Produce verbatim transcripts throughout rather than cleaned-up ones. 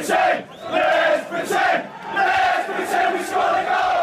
pretend! Let's pretend! Let's pretend we score the goal!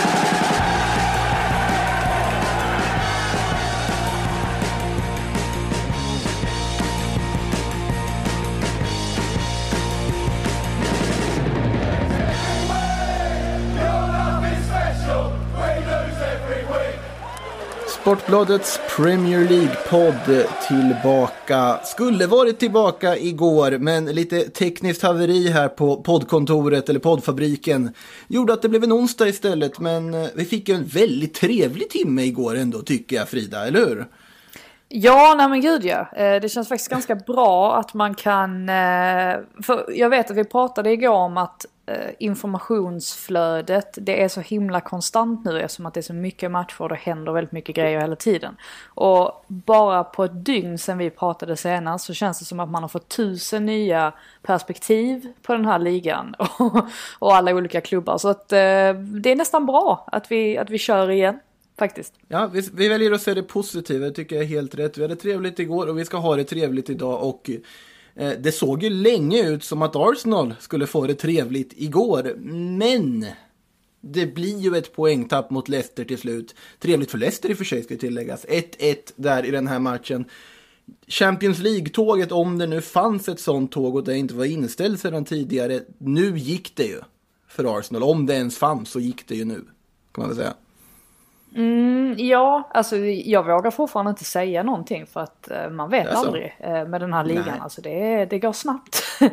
Sportbladets Premier League-podd tillbaka. Skulle varit tillbaka igår, men lite tekniskt haveri här på poddkontoret eller poddfabriken gjorde att det blev en onsdag istället. Men vi fick en väldigt trevlig timme igår ändå, tycker jag, Frida, eller hur? Ja, nej men gud ja. Det känns faktiskt ganska bra att man kan... För jag vet att vi pratade igår om att informationsflödet, det är så himla konstant nu eftersom att det är så mycket matcher och det händer väldigt mycket grejer hela tiden. Och bara på ett dygn sedan vi pratade senast så känns det som att man har fått tusen nya perspektiv på den här ligan och, och alla olika klubbar. Så att det är nästan bra att vi, att vi kör igen. Faktiskt. Ja, vi, vi väljer att se det positiva, det tycker jag är helt rätt. Vi hade trevligt igår och vi ska ha det trevligt idag. Och eh, det såg ju länge ut som att Arsenal skulle få det trevligt igår. Men det blir ju ett poängtapp mot Leicester till slut. Trevligt för Leicester i och för sig ska tilläggas. ett ett där i den här matchen. Champions League-tåget, om det nu fanns ett sånt tåg och det inte var inställt sedan tidigare. Nu gick det ju för Arsenal. Om det ens fanns så gick det ju nu, kan man väl säga. Mm, ja, alltså jag vågar fortfarande inte säga någonting för att uh, man vet alltså. aldrig uh, med den här ligan. Nej. Alltså det, det går snabbt. uh,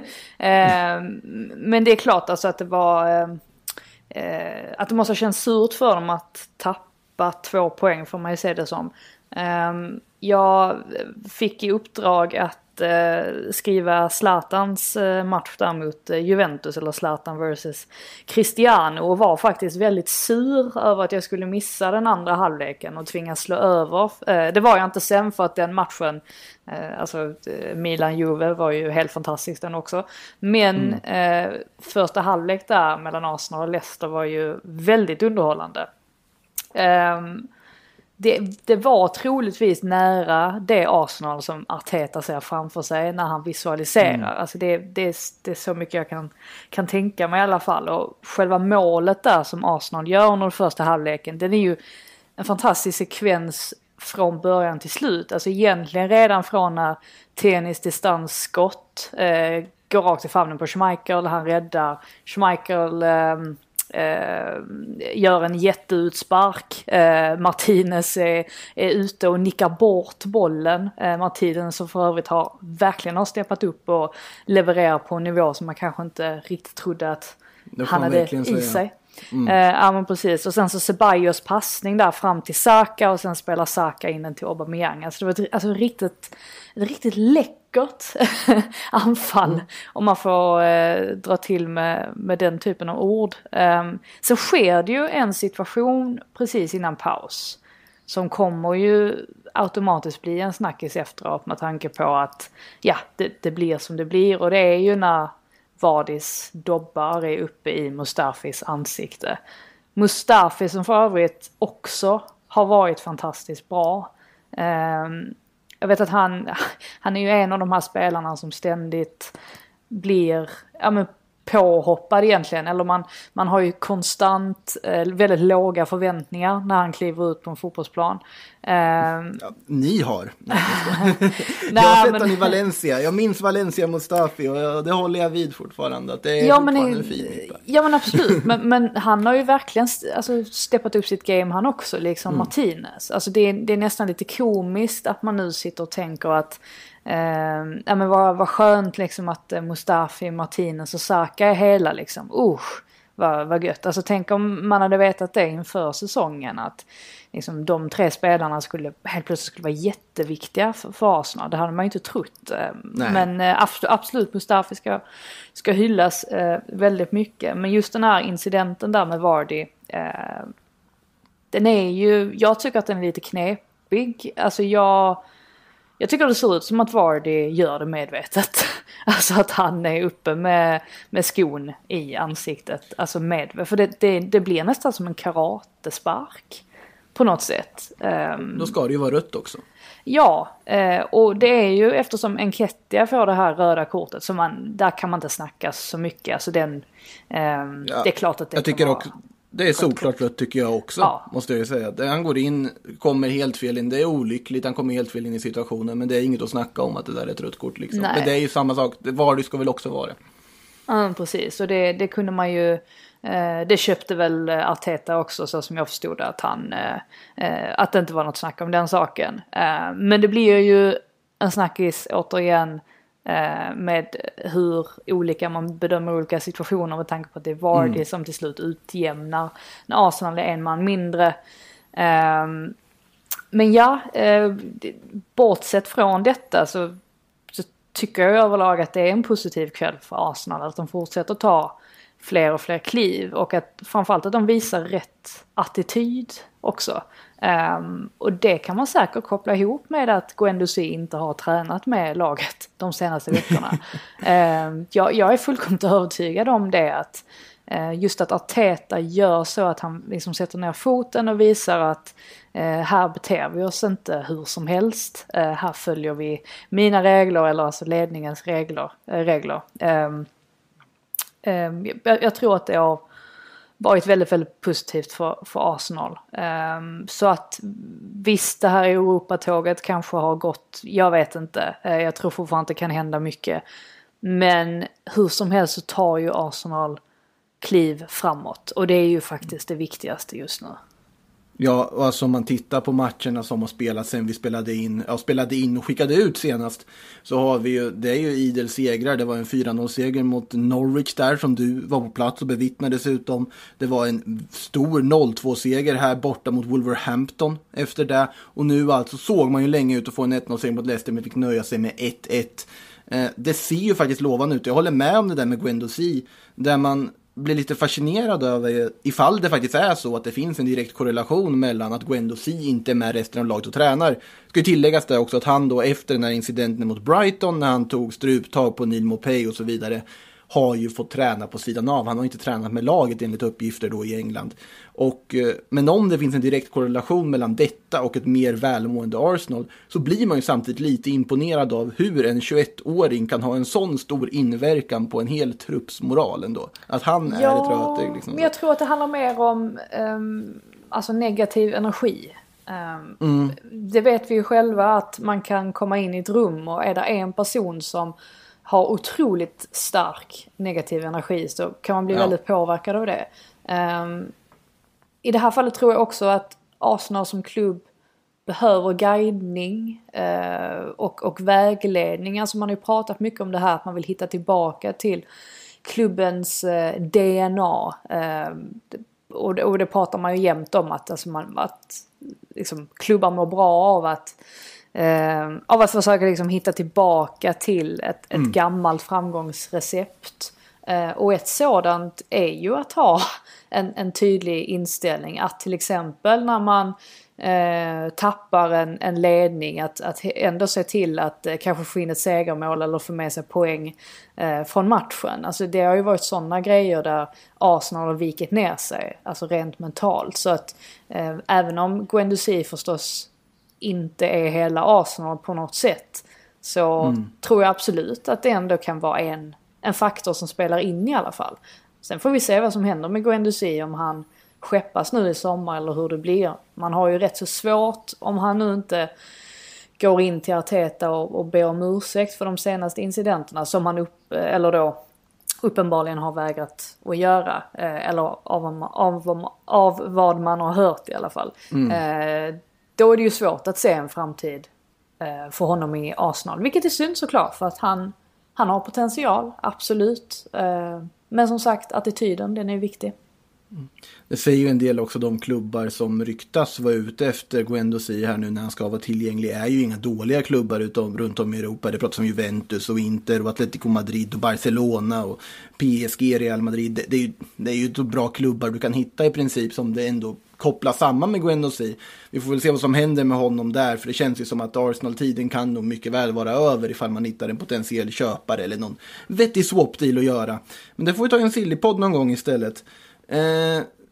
men det är klart alltså att det var uh, uh, att det måste ha känts surt för dem att tappa två poäng, får man ju se det som. Uh, jag fick i uppdrag att skriva Zlatans match där mot Juventus, eller Zlatan versus Cristiano, och var faktiskt väldigt sur över att jag skulle missa den andra halvleken och tvingas slå över. Det var jag inte sen, för att den matchen, alltså Milan-Juve var ju helt fantastisk den också, men mm. eh, första halvlek där mellan Arsenal och Leicester var ju väldigt underhållande. Um, Det, det var troligtvis nära det Arsenal som Arteta ser framför sig när han visualiserar. Mm. Alltså det, det, det är så mycket jag kan, kan tänka mig i alla fall. Och själva målet där som Arsenal gör under första halvleken, den är ju en fantastisk sekvens från början till slut. Alltså egentligen redan från när tennis distansskott eh, går rakt i famnen på Schmeichel, han räddar Schmeichel... Eh, Uh, gör en jätteutspark. uh, Martinez är, är ute och nickar bort bollen. uh, Martinez som för övrigt har verkligen har steppat upp och levererar på en nivå som man kanske inte riktigt trodde att han hade i säga. sig. Mm. Uh, ja men precis. Och sen så Ceballos passning där fram till Saka, och sen spelar Saka in den till Aubameyang. Alltså det var ett, alltså riktigt, ett riktigt läckert anfall, mm. om man får eh, dra till med, med den typen av ord. Um, så sker det ju en situation precis innan paus som kommer ju automatiskt bli en snackis efteråt, med tanke på att ja, det, det blir som det blir, och det är ju när Vardis dobbar är uppe i Mustafis ansikte. Mustafi som för övrigt också har varit fantastiskt bra. Um, Jag vet att han, han är ju en av de här spelarna som ständigt blir ja, men påhoppad egentligen. Eller man, man har ju konstant eh, väldigt låga förväntningar när han kliver ut på en fotbollsplan. Eh, ja, ni har. Nej, jag har sett men... han i Valencia. Jag minns Valencia Mustafi, och det håller jag vid fortfarande. Att det är ja, men, en fin ja men absolut. men, men han har ju verkligen alltså, steppat upp sitt game han också, liksom mm. Martinez. Alltså det, det är nästan lite komiskt att man nu sitter och tänker att Uh, ja men vad, vad skönt liksom att uh, Mustafi, Martinez och Saka är hela liksom. Usch, vad, vad gött. Alltså tänk om man hade vetat det inför säsongen, att liksom, de tre spelarna skulle helt plötsligt skulle vara jätteviktiga för, för Arsenal. Det hade man ju inte trott. Uh, men uh, absolut, Mustafi ska, ska hyllas uh, väldigt mycket. Men just den här incidenten där med Vardy, uh, den är ju, jag tycker att den är lite knepig. Alltså jag Jag tycker det ser ut som att Vardy gör det medvetet. Alltså att han är uppe med, med skon i ansiktet. Alltså med, för det, det, det blir nästan som en karatespark. på något sätt. Um, Då ska det ju vara rött också. Ja, eh, och det är ju eftersom Enketia får det här röda kortet så man, där kan man inte snacka så mycket. Alltså den, eh, ja, det är klart att det jag tycker kan också, det är solklart rött tycker jag också, ja. Måste jag ju säga. Han går in, kommer helt fel in, det är olyckligt, han kommer helt fel in i situationen, men det är inget att snacka om att det där är ett rött kort liksom. Men det är ju samma sak, Vardy ska väl också vara det. Ja, precis, och det, det kunde man ju, eh, det köpte väl Arteta också så som jag förstod att han, eh, att det inte var något snack om den saken. Eh, men det blir ju en snackis återigen eh, med hur olika man bedömer olika situationer med tanke på att det är Vardy mm. som till slut utjämnar när Arsenal är en man mindre. Eh, men ja, eh, bortsett från detta så tycker jag överlag att det är en positiv kväll för Arsenal. Att de fortsätter ta fler och fler kliv. Och att framförallt att de visar rätt attityd också. Um, och det kan man säkert koppla ihop med att Guendouzi inte har tränat med laget de senaste veckorna. um, jag, jag är fullkomligt övertygad om det. Att uh, just att Arteta gör så att han liksom sätter ner foten och visar att Uh, här beter vi oss inte hur som helst. Uh, här följer vi mina regler eller alltså ledningens regler. Uh, regler. Um, um, jag, jag tror att det har varit väldigt, väldigt positivt för, för Arsenal. Um, så att visst, det här Europatåget kanske har gått, jag vet inte. Uh, jag tror fortfarande att det kan hända mycket. Men hur som helst så tar ju Arsenal kliv framåt. Och det är ju faktiskt det viktigaste just nu. Ja, alltså om man tittar på matcherna som har spelats sen vi spelade in, ja, spelade in och skickade ut senast, så har vi ju, det är ju idel segrar. Det var en fyra noll-seger mot Norwich där som du var på plats och bevittnade dessutom. Det var en stor noll två-seger här borta mot Wolverhampton efter det. Och nu alltså såg man ju länge ut att få en ett noll-seger mot Leicester men fick nöja sig med ett ett. Eh, det ser ju faktiskt lovande ut. Jag håller med om det där med Guendouzi, där man blir lite fascinerad över ifall det faktiskt är så att det finns en direkt korrelation mellan att Guendouzi inte är med resten av laget och tränar. Ska ju tilläggas där också att han då efter den här incidenten mot Brighton när han tog struptag på Neil Maupay och så vidare har ju fått träna på sidan av. Han har inte tränat med laget enligt uppgifter då i England. Och, men om det finns en direkt korrelation mellan detta och ett mer välmående Arsenal så blir man ju samtidigt lite imponerad av hur en tjugoett-åring kan ha en sån stor inverkan på en hel truppsmoral ändå. Att han är ja, ett röte. Liksom. Men jag tror att det handlar mer om um, alltså negativ energi. Um, mm. Det vet vi ju själva att man kan komma in i ett rum och är det en person som har otroligt stark negativ energi så kan man bli ja. väldigt påverkad av det. Um, I det här fallet tror jag också att Arsenal som klubb behöver guidning uh, och, och vägledning. Alltså man har ju pratat mycket om det här att man vill hitta tillbaka till klubbens uh, D N A. Uh, och, det, och det pratar man ju jämt om att, alltså man, att liksom, klubbar mår bra av att Uh, av att försöka liksom hitta tillbaka till ett, ett mm. gammalt framgångsrecept. Uh, och ett sådant är ju att ha en, en tydlig inställning. Att till exempel när man uh, tappar en, en ledning att, att ändå se till att uh, kanske få in ett segermål eller få med sig poäng uh, från matchen. Alltså det har ju varit sådana grejer där Arsenal har vikit ner sig. Alltså rent mentalt. Så att uh, även om Guendouzi förstås inte är hela Arsenal på något sätt så mm. tror jag absolut att det ändå kan vara en, en faktor som spelar in i alla fall. Sen får vi se vad som händer med Guendouzi om han skeppas nu i sommar eller hur det blir. Man har ju rätt så svårt om han nu inte går in till Arteta och, och ber om ursäkt för de senaste incidenterna som han upp, eller då uppenbarligen har vägrat att göra. Eller av, av, av vad man har hört i alla fall. Mm. Eh, Då är det ju svårt att se en framtid eh, för honom i Arsenal. Vilket är synd såklart för att han, han har potential, absolut. Eh, men som sagt, attityden, den är viktig. Mm. Det säger ju en del också, de klubbar som ryktas vara ute efter Guendouzi här nu när han ska vara tillgänglig är ju inga dåliga klubbar utom, runt om i Europa. Det pratas om Juventus och Inter och Atletico Madrid och Barcelona och P S G, Real Madrid. Det, det, är ju, det är ju så bra klubbar du kan hitta i princip som det ändå koppla samman med Guendouzi. Vi får väl se vad som händer med honom där, för det känns ju som att Arsenal-tiden kan nog mycket väl vara över ifall man hittar en potentiell köpare eller någon vettig swap-deal att göra. Men det får vi ta en silly-podd någon gång istället. Eh,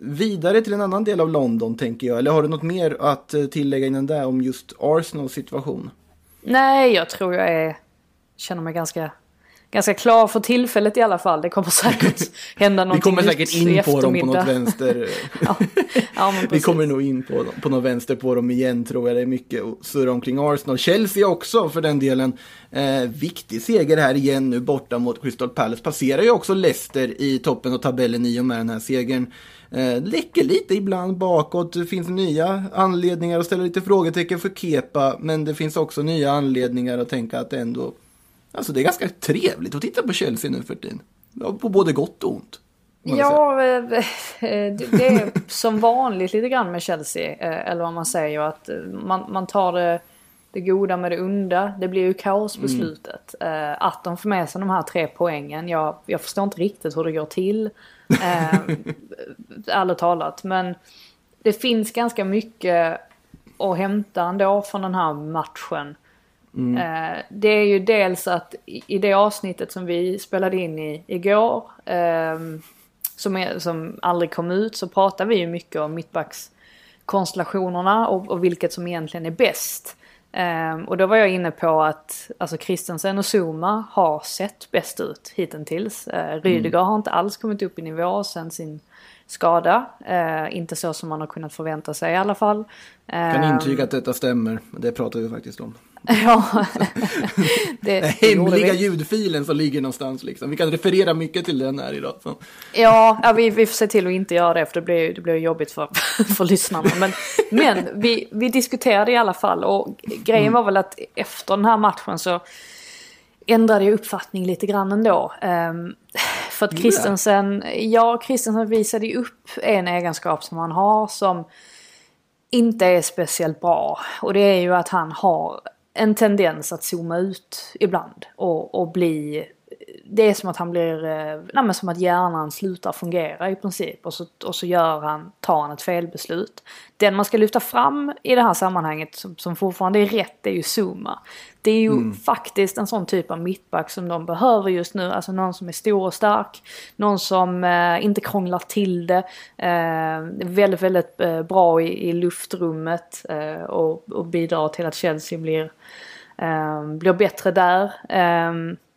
vidare till en annan del av London tänker jag. Eller har du något mer att tillägga innan där om just Arsenals situation? Nej, jag tror jag är, känner mig ganska, ganska klar för tillfället i alla fall. Det kommer säkert hända någonting. Vi kommer säkert in på dem på något vänster. ja. Ja, Vi kommer nog in på, på något vänster på dem igen, tror jag. Det är mycket att surra omkring Arsenal. Chelsea också för den delen. Eh, viktig seger här igen nu borta mot Crystal Palace. Passerar ju också Leicester i toppen av tabellen i och med den här segern. Eh, läcker lite ibland bakåt. Det finns nya anledningar att ställa lite frågetecken för Kepa. Men det finns också nya anledningar att tänka att det ändå... Alltså det är ganska trevligt att titta på Chelsea nu för tiden. På både gott och ont. Ja, det är som vanligt lite grann med Chelsea. Eller vad man säger, att man, man tar det, det goda med det onda. Det blir ju kaos på slutet. Mm. Att de får med sig de här tre poängen. Jag, jag förstår inte riktigt hur det går till. eh, ärligt talat. Men det finns ganska mycket att hämta ändå från den här matchen. Mm. Eh, det är ju dels att i, i det avsnittet som vi spelade in i igår, eh, som, är, som aldrig kom ut, så pratar vi ju mycket om mittbackskonstellationerna och, och vilket som egentligen är bäst. Eh, och då var jag inne på att alltså Christensen och Zuma har sett bäst ut hittills. Eh, Rydiger mm. har inte alls kommit upp i nivå sen sin skada. Eh, inte så som man har kunnat förvänta sig i alla fall. Jag kan intyga att detta stämmer. Det pratar vi faktiskt om. Ja, det, den hemliga ljudfilen som ligger någonstans liksom. Vi kan referera mycket till den här idag. Så. Ja, ja vi, vi får se till att inte göra det, för det blir, det blir jobbigt för, för lyssnarna. Men, men vi, vi diskuterade i alla fall, och grejen mm. var väl att efter den här matchen så ändrade jag uppfattning lite grann ändå. Um, för att Christensen, ja, Christensen visade ju upp en egenskap som han har som inte är speciellt bra. Och det är ju att han har en tendens att zooma ut ibland och, och bli, det är som att han blir, nej men som att hjärnan slutar fungera i princip, och så, och så gör han, tar han ett felbeslut. Den man ska lyfta fram i det här sammanhanget som, som fortfarande är rätt, det är ju Zuma. Det är ju mm. faktiskt en sån typ av mittback som de behöver just nu, alltså någon som är stor och stark, någon som eh, inte krånglar till det, eh, väldigt väldigt eh, bra i, i luftrummet eh, och, och bidrar till att Chelsea blir, eh, blir bättre där. Eh,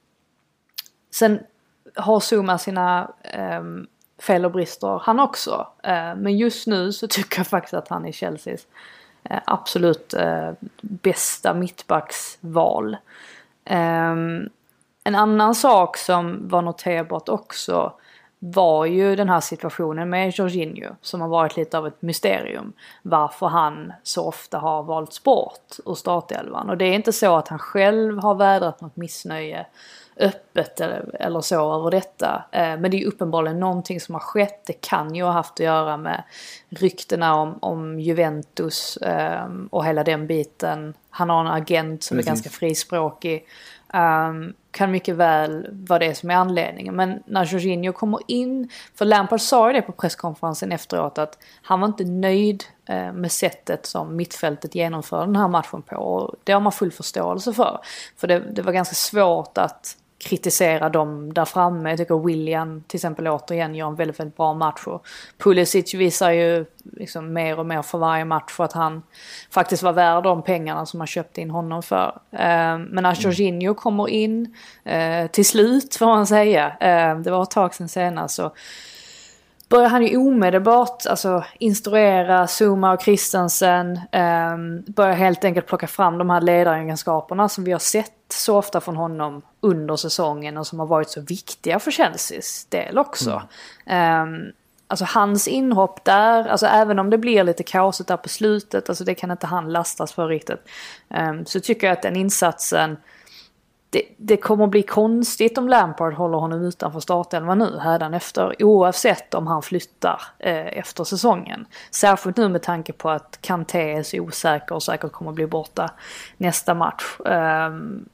Sen har Zuma sina eh, fel och brister han också. Eh, men just nu så tycker jag faktiskt att han är Chelseas eh, absolut eh, bästa mittbacksval. Eh, en annan sak som var noterbart också var ju den här situationen med Jorginho, som har varit lite av ett mysterium. Varför han så ofta har valt bort ur startelvan. Och det är inte så att han själv har vädrat något missnöje öppet eller, eller så över detta. Eh, men det är ju uppenbarligen någonting som har skett. Det kan ju ha haft att göra med ryktena om, om Juventus eh, och hela den biten. Han har en agent som Precis. är ganska frispråkig. Um, kan mycket väl vara det som är anledningen. Men när Jorginho kommer in, för Lampard sa ju det på presskonferensen efteråt, att han var inte nöjd uh, med sättet som mittfältet genomförde den här matchen på, och det har man full förståelse för. För det, det var ganska svårt att kritisera dem där framme. Jag tycker William till exempel återigen gör en väldigt, väldigt bra match, och Pulisic visar ju liksom mer och mer för varje match för att han faktiskt var värd de pengarna som man köpte in honom för. Uh, men när Jorginho kommer in uh, till slut, får man säga, uh, det var ett tag sedan senast, så börjar han ju omedelbart alltså, instruera Zuma och Christensen, eh, börjar helt enkelt plocka fram de här ledaregenskaperna som vi har sett så ofta från honom under säsongen och som har varit så viktiga för Chelseas del också. Mm. Eh, alltså hans inhopp där, alltså även om det blir lite kaosigt där på slutet, alltså det kan inte han lastas för riktigt, eh, så tycker jag att den insatsen, Det, det kommer att bli konstigt om Lampard håller honom utanför startelvan nu hädanefter, oavsett om han flyttar eh, efter säsongen. Särskilt nu med tanke på att Kanté är så osäker och säkert kommer att bli borta nästa match. Eh,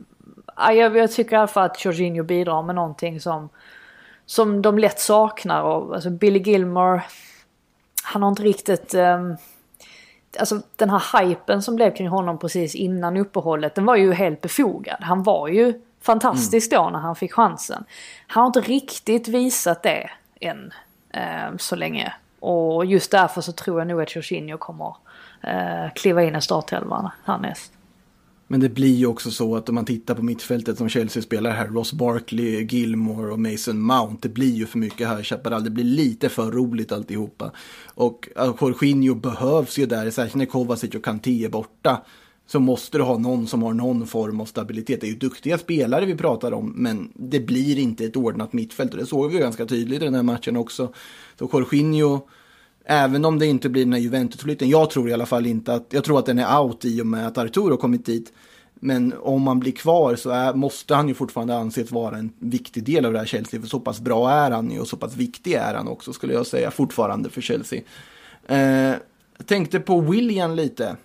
jag, jag tycker i alla fall att Jorginho bidrar med någonting som, som de lätt saknar. Och, alltså Billy Gilmore, han har inte riktigt... Eh, Alltså den här hypen som blev kring honom precis innan uppehållet, den var ju helt befogad. Han var ju fantastisk mm. då när han fick chansen. Han har inte riktigt visat det än eh, så länge. och just därför så tror jag nog att Jorginho kommer uh, kliva in i startelvan härnäst. Men det blir ju också så att om man tittar på mittfältet som Chelsea spelar här, Ross Barkley, Gilmore och Mason Mount, det blir ju för mycket här, Chaparral, det blir lite för roligt alltihopa. Och Jorginho behövs ju där, särskilt när Kovacic och Kanté är borta, så måste du ha någon som har någon form av stabilitet. Det är ju duktiga spelare vi pratar om, men det blir inte ett ordnat mittfält, och det såg vi ju ganska tydligt i den här matchen också. Så Jorginho, även om det inte blir den här Juventus-flytten, jag tror i alla fall inte att, jag tror att den är out i och med att Arturo kommit dit, men om man blir kvar så är, måste han ju fortfarande anses vara en viktig del av det här Chelsea, för så pass bra är han ju och så pass viktig är han också, skulle jag säga, fortfarande för Chelsea. Eh, jag tänkte på Willian lite.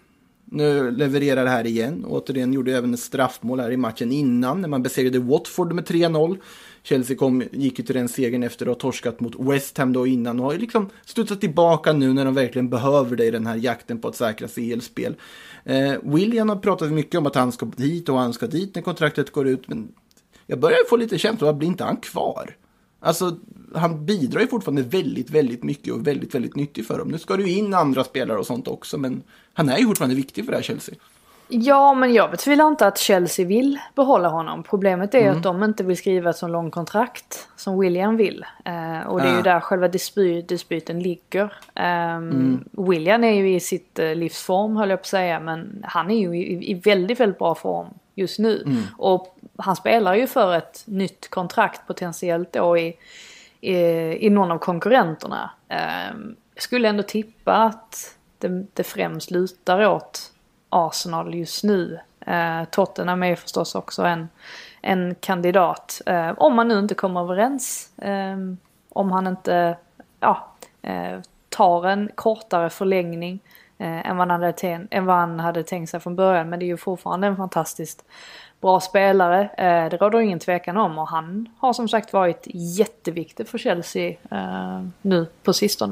Nu levererar det här igen. Återigen gjorde även ett straffmål här i matchen innan när man besegrade Watford med tre noll. Chelsea kom, gick ju till den segern efter att ha torskat mot West Ham då innan och har liksom studsat tillbaka nu när de verkligen behöver det i den här jakten på att säkra C L-spel. Eh, William har pratat mycket om att han ska hit och han ska dit när kontraktet går ut, men jag börjar få lite känsla, blir inte han kvar? Alltså, han bidrar ju fortfarande väldigt, väldigt mycket och väldigt, väldigt nyttig för dem. Nu ska du in andra spelare och sånt också, men han är ju fortfarande viktig för det här Chelsea. Ja, men jag betvivlar inte att Chelsea vill behålla honom. Problemet är mm. att de inte vill skriva ett så långt kontrakt som William vill. Uh, och det är ah. ju där själva dispy- dispyten ligger. Um, mm. William är ju i sitt uh, livsform, höll jag på att säga. Men han är ju i, i väldigt, väldigt bra form just nu. Mm. Och han spelar ju för ett nytt kontrakt potentiellt då i, i, i någon av konkurrenterna. Um, jag skulle ändå tippa att det, det främst lutar åt Arsenal just nu. Eh, Tottenham är förstås också en, en kandidat. Eh, om man nu inte kommer överens. Eh, om han inte ja, eh, tar en kortare förlängning eh, än, vad han hade ten- än vad han hade tänkt sig från början. Men det är ju fortfarande en fantastiskt bra spelare. Eh, det råder ingen tvekan om. Och han har som sagt varit jätteviktig för Chelsea eh, nu på sistone.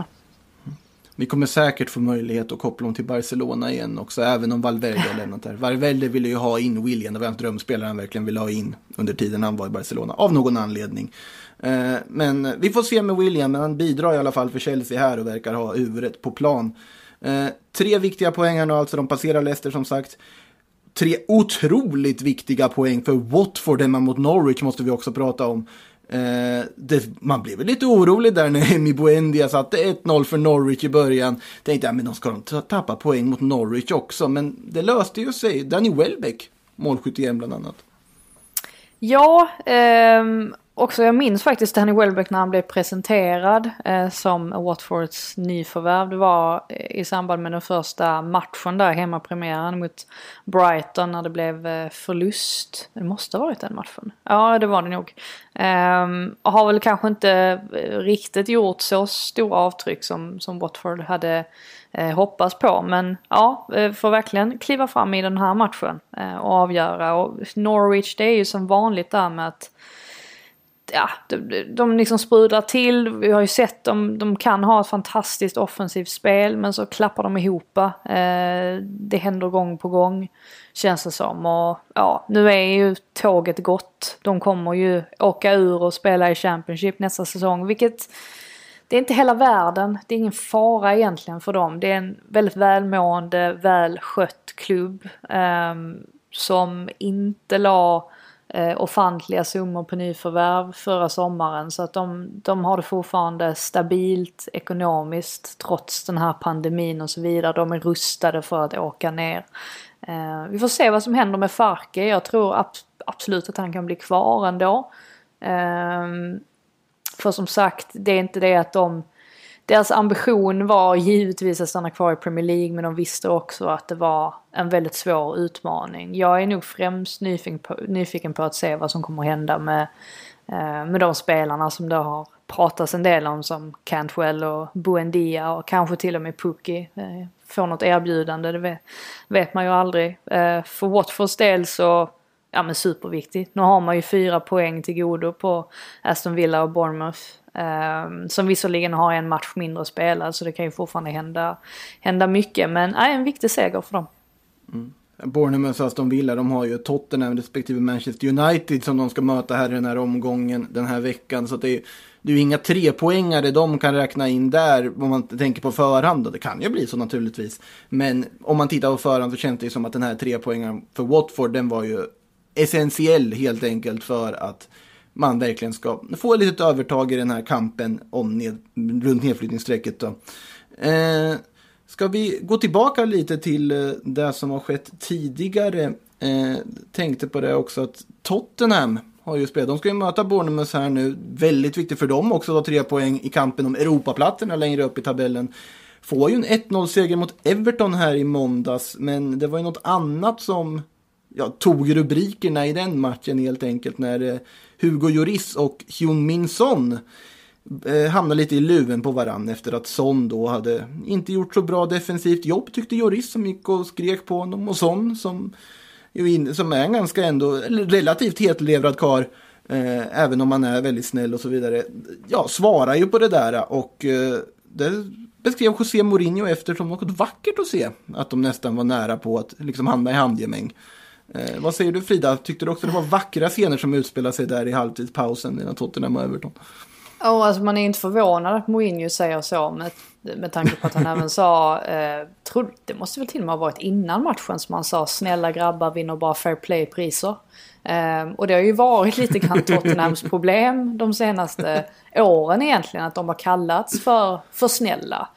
Vi kommer säkert få möjlighet att koppla dem till Barcelona igen också, även om Valverde har lämnat där. Valverde ville ju ha in William, det var en drömspelare han verkligen ville ha in under tiden han var i Barcelona, av någon anledning. Eh, men vi får se med William, men han bidrar i alla fall för Chelsea här och verkar ha huvudet på plan. Eh, tre viktiga poäng nu, alltså de passerar Leicester som sagt. Tre otroligt viktiga poäng för Watford hemma mot Norwich måste vi också prata om. Eh, det, man blev lite orolig där när Emi Buendia satte ett noll för Norwich i början. Tänkte jag, men de ska de tappa poäng mot Norwich också, men det löste ju sig. Danny Welbeck, målskytt igen bland annat. Ja, ehm, också jag minns faktiskt Danny Welbeck när han blev presenterad eh, som Watfords nyförvärv. Det var i samband med den första matchen där, hemmapremiären mot Brighton, när det blev eh, förlust. Det måste ha varit den matchen. Ja, det var det nog. Ehm, och har väl kanske inte riktigt gjort så stora avtryck som, som Watford hade eh, hoppats på. Men ja, får verkligen kliva fram i den här matchen eh, och avgöra. Och Norwich, det är ju som vanligt där med att ja, de, de liksom sprudlar till. Vi har ju sett dem, de kan ha ett fantastiskt offensivt spel, men så klappar de ihop. Eh, det händer gång på gång, känns det som. Och ja, nu är ju tåget gått. De kommer ju åka ur och spela i Championship nästa säsong, vilket det är inte hela världen. Det är ingen fara egentligen för dem. Det är en väldigt välmående, välskött klubb eh, som inte la Eh, ofantliga summor på nyförvärv förra sommaren, så att de, de har det fortfarande stabilt ekonomiskt trots den här pandemin och så vidare. De är rustade för att åka ner. Eh, vi får se vad som händer med Farke. Jag tror ab- absolut att han kan bli kvar ändå. Eh, för som sagt, det är inte det att de deras ambition var givetvis att stanna kvar i Premier League, men de visste också att det var en väldigt svår utmaning. Jag är nog främst nyfiken på, nyfiken på att se vad som kommer att hända med, eh, med de spelarna som det har pratats en del om, som Cantwell och Buendia och kanske till och med Pukki. Eh, får något erbjudande, det vet, vet man ju aldrig. Eh, för Watfords del så, ja men superviktigt. Nu har man ju fyra poäng till godo på Aston Villa och Bournemouth. Um, som visserligen har en match mindre spelad, så det kan ju fortfarande hända, hända mycket, men är en viktig seger för dem. Mm. Bournemouth och Aston Villa, de har ju Tottenham respektive Manchester United som de ska möta här i den här omgången den här veckan. Så att det är det är ju inga trepoängare de kan räkna in där om man tänker på förhand. Då. Det kan ju bli så naturligtvis. Men om man tittar på förhand så känns det ju som att den här trepoängaren för Watford, den var ju essentiell helt enkelt för att man verkligen ska få ett litet övertag i den här kampen om ned, runt nedflyttningssträcket då. Eh, ska vi gå tillbaka lite till eh, det som har skett tidigare. Eh, tänkte på det också att Tottenham har ju spelat. De ska ju möta Bournemouth här nu. Väldigt viktigt för dem också att ha tre poäng i kampen om Europaplatserna längre upp i tabellen. Får ju en ett noll-seger mot Everton här i måndags. Men det var ju något annat som ja, tog rubrikerna i den matchen helt enkelt. När eh, Hugo Lloris och Heung-min Son eh, hamnade lite i luven på varann efter att Son då hade inte gjort så bra defensivt jobb, tyckte Lloris, som gick och skrek på honom. Och Son som som är en ganska ändå relativt hetlevrad karl, eh, även om man är väldigt snäll och så vidare, ja, svarar ju på det där och eh, det beskrev José Mourinho efter som något vackert att se att de nästan var nära på att liksom hamna i handgemäng. Eh, vad säger du, Frida? Tyckte du också det var vackra scener som utspelade sig där i halvtidspausen innan Tottenham och Everton? Ja, oh, alltså man är inte förvånad att Mourinho säger så med, med tanke på att han även sa, eh, tror, det måste väl till och med ha varit innan matchen som han sa, snälla grabbar vinner bara fair play-priser. Eh, och det har ju varit lite grann Tottenhams problem de senaste åren egentligen, att de har kallats för, för snälla.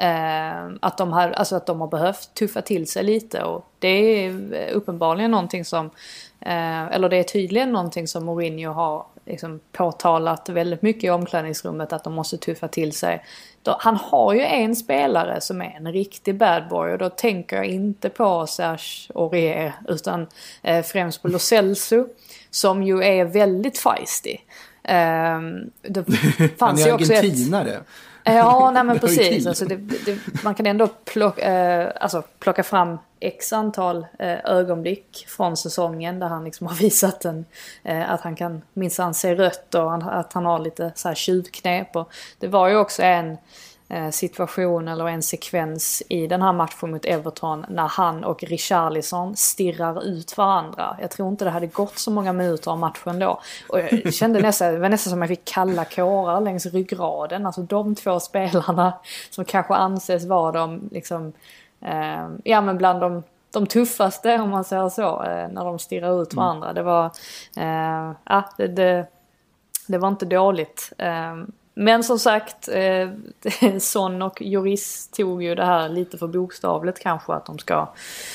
Eh, att, de har, alltså att de har behövt tuffa till sig lite, och det är uppenbarligen någonting som, eh, eller det är tydligen någonting som Mourinho har liksom påtalat väldigt mycket i omklädningsrummet, att de måste tuffa till sig. Då, han har ju en spelare som är en riktig bad boy, och då tänker jag inte på Serge Aurier utan eh, främst på Lo Celso, som ju är väldigt feisty. Eh, det fanns han är ju också argentinare. ett Ja, nej men precis. Alltså det, det, man kan ändå plocka, eh, alltså plocka fram x antal eh, ögonblick från säsongen där han liksom har visat en, eh, att han kan minsann se rött, och han, att han har lite så här tjuvknep. Och det var ju också en eh, situation eller en sekvens i den här matchen mot Everton när han och Richarlison stirrar ut varandra. Jag tror inte det hade gått så många minuter av matchen då. Och jag kände nästan, det var nästan som jag fick kalla kårar längs ryggraden. Alltså de två spelarna som kanske anses vara de liksom, eh, ja men bland de, de tuffaste, om man säger så, eh, när de stirrar ut varandra. Det var, eh, ja, det, det, det var inte dåligt. Eh, Men som sagt, eh, Son och Lloris tog ju det här lite för bokstavligt kanske, att de ska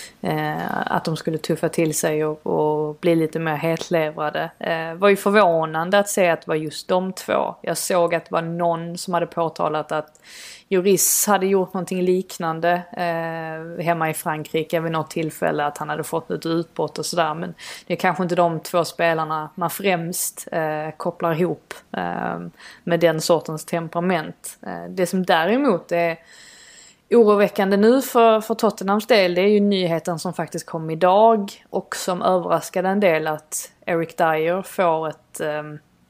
eh, att de skulle tuffa till sig och, och bli lite mer hetlevrade. Eh, var ju förvånande att se att det var just de två. Jag såg att det var någon som hade påtalat att Lloris hade gjort någonting liknande eh, hemma i Frankrike vid något tillfälle, att han hade fått ett utbrott och sådär. Men det är kanske inte de två spelarna man främst eh, kopplar ihop eh, med den sortens temperament. Eh, det som däremot är oroväckande nu för, för Tottenhams del, det är ju nyheten som faktiskt kom idag och som överraskade en del, att Eric Dyer får ett eh,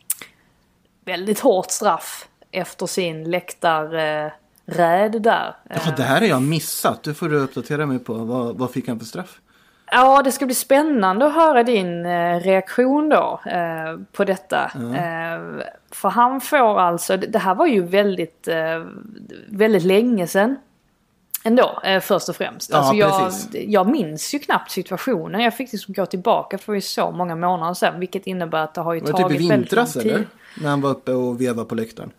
väldigt hårt straff efter sin läktar eh, räd där. Ja, det här har jag missat. Du får uppdatera mig på. Vad, vad fick han för straff? Ja, det ska bli spännande att höra din eh, reaktion då eh, på detta. Mm. Eh, för han får alltså, det här var ju väldigt, eh, väldigt länge sedan ändå, eh, först och främst. Ja, alltså jag, precis. jag minns ju knappt situationen. Jag fick liksom gå tillbaka för ju så många månader sedan, vilket innebär att det har ju var det tagit typ i vintras, väldigt lång tid. eller? När han var uppe och vevade på läktaren.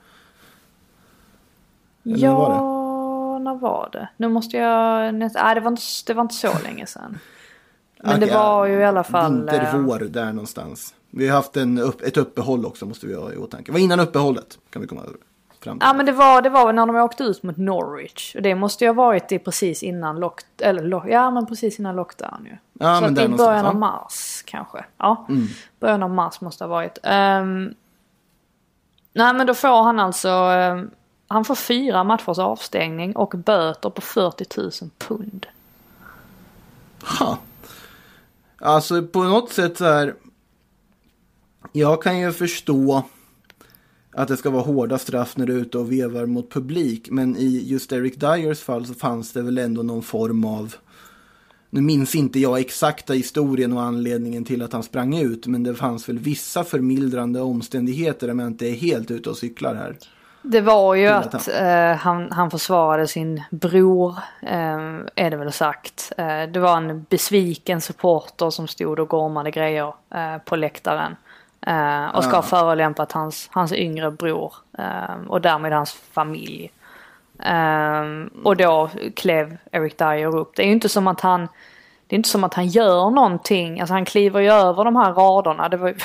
Eller ja, var det? när var det? Nu måste jag... Nej, det var inte, det var inte så länge sedan. Men Okay, det var ju i alla fall... Vinter, vår, där någonstans. Vi har haft en, ett uppehåll också, måste vi ha i åtanke. Det var innan uppehållet, kan vi komma fram till. Ja, men det var, det var när de åkte ut mot Norwich. Och det måste ju ha varit i precis innan lock, eller lock, ja, men precis innan lockdown ju. Ja, så men att det är någonstans, början av ja. mars kanske. Ja, Mm. början av mars måste ha varit. Um, nej, men då får han alltså... Um, han får fyra matchers avstängning och böter på fyrtio tusen pund. Ha. Alltså på något sätt så här, jag kan ju förstå att det ska vara hårda straff när du är ute och vevar mot publik, men i just Eric Dyers fall så fanns det väl ändå någon form av nu minns inte jag exakta historien och anledningen till att han sprang ut, men det fanns väl vissa förmildrande omständigheter, men inte är helt ute och cyklar här. Det var ju att, att han... Eh, han, han försvarade sin bror, eh, är det väl sagt. Eh, det var en besviken supporter som stod och gormade grejer eh, på läktaren. Eh, och ska ha ja. förolämpat hans, hans yngre bror eh, och därmed hans familj. Eh, och då klev Eric Dyer upp. Det är ju inte som att han, det är inte som att han gör någonting. Alltså han kliver ju över de här raderna. Det var,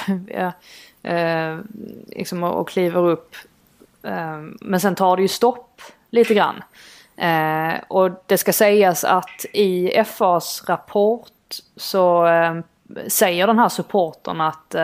eh, liksom, och kliver upp. Men sen tar det ju stopp lite grann. Eh, och det ska sägas att i F A:s rapport så eh, säger den här supporten att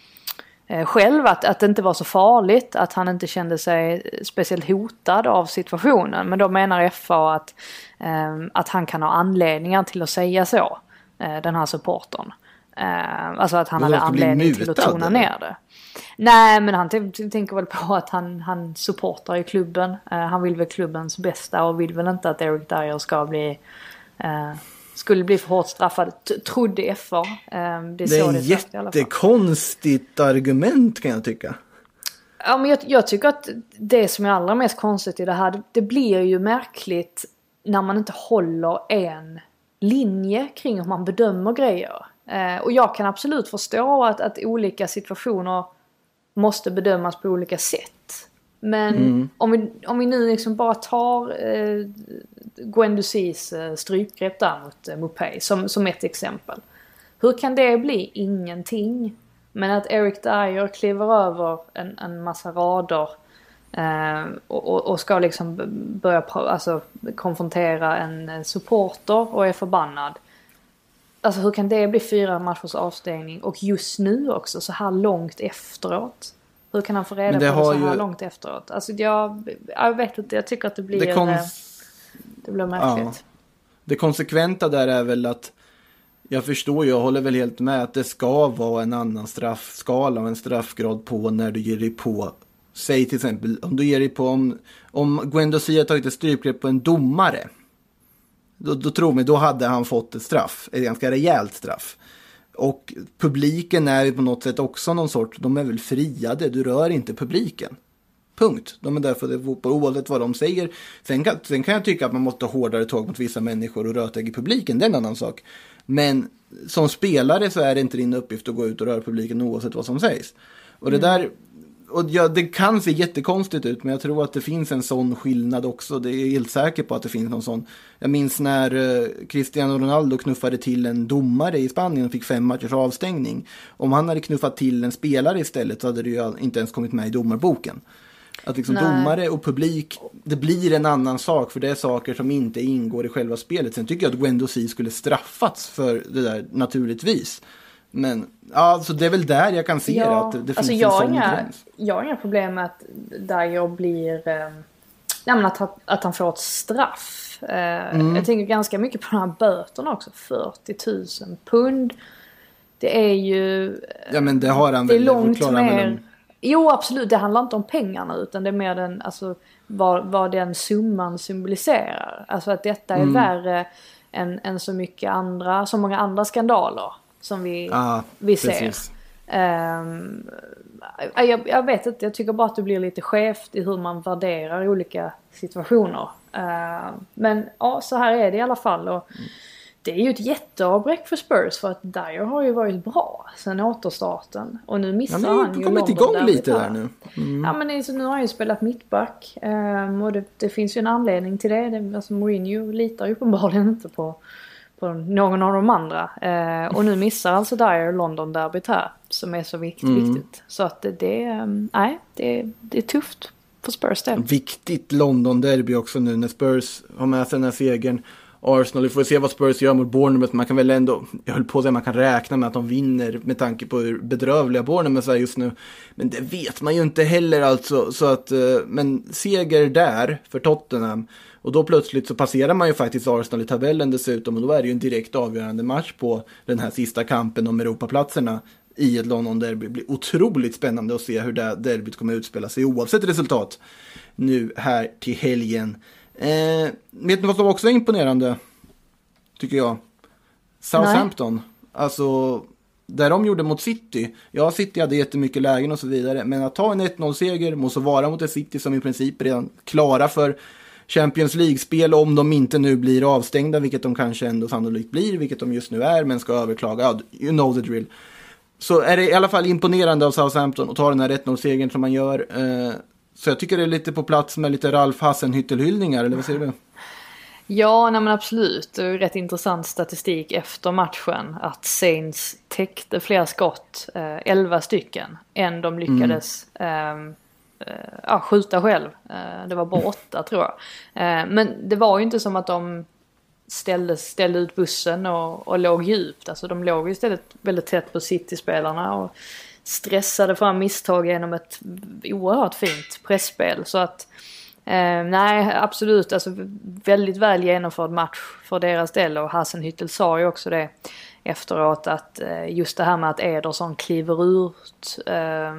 eh, själv att, att det inte var så farligt, att han inte kände sig speciellt hotad av situationen. Men då menar F A att, eh, att han kan ha anledningar till att säga så, eh, den här supporten. Eh, alltså att han Då hade anledning till att tona ner det. Nej, men han t- tänker väl på att han, han supportar i klubben. Uh, han vill väl klubbens bästa och vill väl inte att Eric Dyer ska bli, uh, skulle bli för hårt straffad. T- trodde F A. Uh, det är, det är ett jättekonstigt argument, kan jag tycka. Ja, men jag, jag tycker att det som är allra mest konstigt i det här, det, det blir ju märkligt när man inte håller en linje kring hur man bedömer grejer. Uh, och jag kan absolut förstå att, att olika situationer måste bedömas på olika sätt. Men mm. om, vi, om vi nu liksom bara tar eh, Gwen Dussis eh, strypgrepp där mot eh, Mopay som, som ett exempel. Hur kan det bli ingenting? Men att Eric Dyer kliver över en, en massa rader eh, och, och ska liksom börja alltså, konfrontera en supporter och är förbannad. Alltså hur kan det bli fyra matchers avstängning och just nu också så här långt efteråt? Hur kan han få reda på det så här ju... långt efteråt? Alltså jag, jag vet inte, jag tycker att det blir det, kons... det blir märkligt. Ja. Det konsekventa där är väl att jag förstår, jag håller väl helt med att det ska vara en annan straffskala och en straffgrad på när du ger dig på, säg till exempel om du ger dig på om, om Gwen Dussi har tagit ett strypgrepp på en domare. Då, då tror mig, då hade han fått ett straff. Ett ganska rejält straff. Och publiken är på något sätt också någon sort, de är väl friade. Du rör inte publiken. Punkt. De är där för det fotboll, oavsett vad de säger. Sen kan, sen kan jag tycka att man måste ha hårdare tag mot vissa människor och röta i publiken. Det är en annan sak. Men som spelare så är det inte din uppgift att gå ut och röra publiken oavsett vad som sägs. Och det där... Och ja, det kan se jättekonstigt ut, men jag tror att det finns en sån skillnad också. Det är helt säker på att det finns någon sån. Jag minns när uh, Cristiano Ronaldo knuffade till en domare i Spanien och fick fem matchers avstängning. Om han hade knuffat till en spelare istället så hade det ju inte ens kommit med i domarboken. Att liksom domare och publik, det blir en annan sak, för det är saker som inte ingår i själva spelet. Sen tycker jag att Gwen Dussi skulle straffats för det där naturligtvis. Men alltså det är väl där jag kan se ja, att det, det finns alltså en sån inga, gräns. Jag har inga problem med att Dyer blir eh, ja, att, att han får ett straff. Eh, mm. Jag tänker ganska mycket på de här böterna också. fyrtio tusen pund. Det är ju... Ja, men det har han det väl. Är långt mer... En... Jo, absolut. Det handlar inte om pengarna utan det är mer den, alltså, vad, vad den summan symboliserar. Alltså att detta är mm. värre än, än så mycket andra, så många andra skandaler som vi, ah, vi ser. Um, jag, jag vet inte, jag tycker bara att det blir lite skevt i hur man värderar olika situationer. Uh, men ja, så här är det i alla fall. Och mm. det är ju ett jätteavbräck för Spurs för att Dyer har ju varit bra sen återstarten. Och nu missar ja, han ju kommit igång där lite där nu. Mm. Ja, men alltså, nu har han ju spelat mittback. Um, och det, det finns ju en anledning till det. det alltså, Mourinho litar ju uppenbarligen inte på på någon av de andra. Eh, och nu missar alltså Dyer London derbyt här som är så viktigt. Mm. viktigt. Så att det, det, nej, det, det är tufft för Spurs del. Viktigt London derby också nu när Spurs har med sig den här segern. Arsenal, vi får se vad Spurs gör mot Bournemouth. Man kan väl ändå, jag höll på att säga, man kan räkna med att de vinner med tanke på hur bedrövliga Bournemouth är just nu. Men det vet man ju inte heller alltså. Så att, men seger där för Tottenham. Och då plötsligt så passerar man ju faktiskt Arsenal i tabellen dessutom. Och då är det ju en direkt avgörande match på den här sista kampen om Europaplatserna i ett London-derby. Det blir otroligt spännande att se hur det derbyt kommer att utspela sig oavsett resultat nu här till helgen. Eh, vet ni vad som också är imponerande, tycker jag? Southampton. Nej. Alltså, där de gjorde mot City. Ja, City hade jättemycket lägen och så vidare. Men att ta en ett noll-seger måste vara mot ett City som i princip redan klara för Champions League-spel om de inte nu blir avstängda, vilket de kanske ändå sannolikt blir, vilket de just nu är, men ska överklaga. Ja, you know the drill. Så är det i alla fall imponerande av Southampton att ta den här ett noll-segern som man gör. Så jag tycker det är lite på plats med lite Ralf Hasenhüttl-hyllningar, eller vad säger du? Ja, nej men absolut. Det är rätt intressant statistik efter matchen att Saints täckte fler skott, eh, elva stycken, än de lyckades mm. eh, eh, skjuta själv. Eh, det var bara åtta tror jag. Eh, men det var ju inte som att de ställde, ställde ut bussen och, och låg djupt. Alltså de låg istället väldigt tätt på City-spelarna och stressade fram misstag genom ett oerhört fint pressspel. Så att Eh, nej, absolut. Alltså, väldigt väl genomförd match för deras del. Och Hasenhüttl sa ju också det efteråt att eh, just det här med att Ederson kliver ut, eh,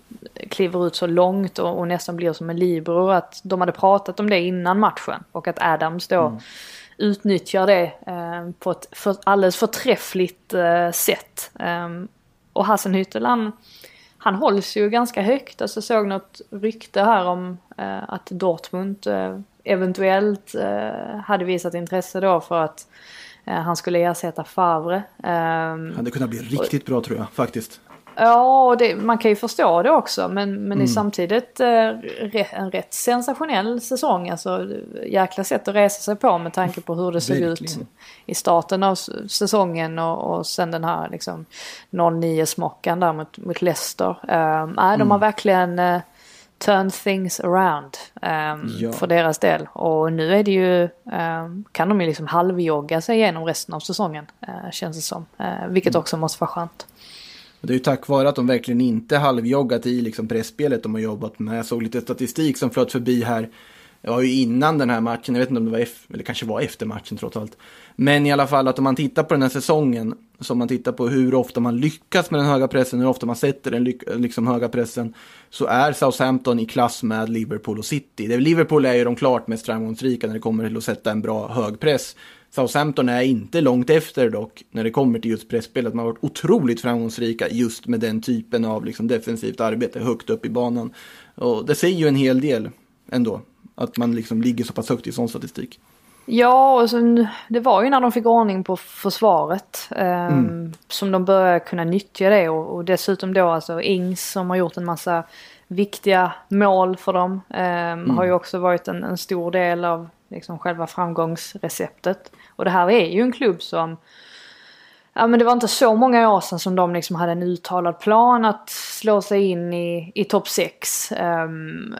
kliver ut så långt och, och nästan blir som en libero. Att de hade pratat om det innan matchen och att Adams då mm. utnyttjar det eh, på ett för, alldeles förträffligt eh, sätt. Eh, och Hasenhüttl han Han hålls ju ganska högt. Alltså såg något rykte här om eh, att Dortmund eh, eventuellt eh, hade visat intresse då för att eh, han skulle ersätta Favre. Eh, hade kunnat bli riktigt och, bra tror jag faktiskt. Ja, det, man kan ju förstå det också. Men, men mm. det är samtidigt eh, en rätt sensationell säsong. Alltså jäkla sätt att resa sig på med tanke på hur det såg ut i starten av säsongen. Och, och sen den här liksom, noll nio-smockan där mot, mot Leicester. Uh, nej, de mm. har verkligen uh, turned things around um, ja. för deras del. Och nu är det ju, um, kan de ju liksom halvjogga sig igenom resten av säsongen. Uh, känns det som. Uh, vilket mm. också måste vara skönt. Det är ju tack vare att de verkligen inte halvjoggat i liksom pressspelet de har jobbat med. Jag såg lite statistik som flöt förbi här. Det var ju innan den här matchen. Jag vet inte om det var efter, eller kanske var efter matchen trots allt. Men i alla fall att om man tittar på den här säsongen. Så om man tittar på hur ofta man lyckas med den höga pressen. Hur ofta man sätter den liksom höga pressen. Så är Southampton i klass med Liverpool och City. Det är, Liverpool är ju de klart mest framgångsrika när det kommer till att sätta en bra hög press. Southampton är inte långt efter dock när det kommer till just pressspelet. Man har varit otroligt framgångsrika just med den typen av liksom defensivt arbete högt upp i banan. Och det säger ju en hel del ändå. Att man liksom ligger så pass högt i sån statistik. Ja, och så, det var ju när de fick ordning på försvaret eh, mm. som de började kunna nyttja det. Och, och dessutom då alltså Ings som har gjort en massa viktiga mål för dem. Eh, mm. Har ju också varit en, en stor del av liksom själva framgångsreceptet. Och det här är ju en klubb som, ja men det var inte så många år sedan som de liksom hade en uttalad plan att slå sig in i, i topp sex. Um,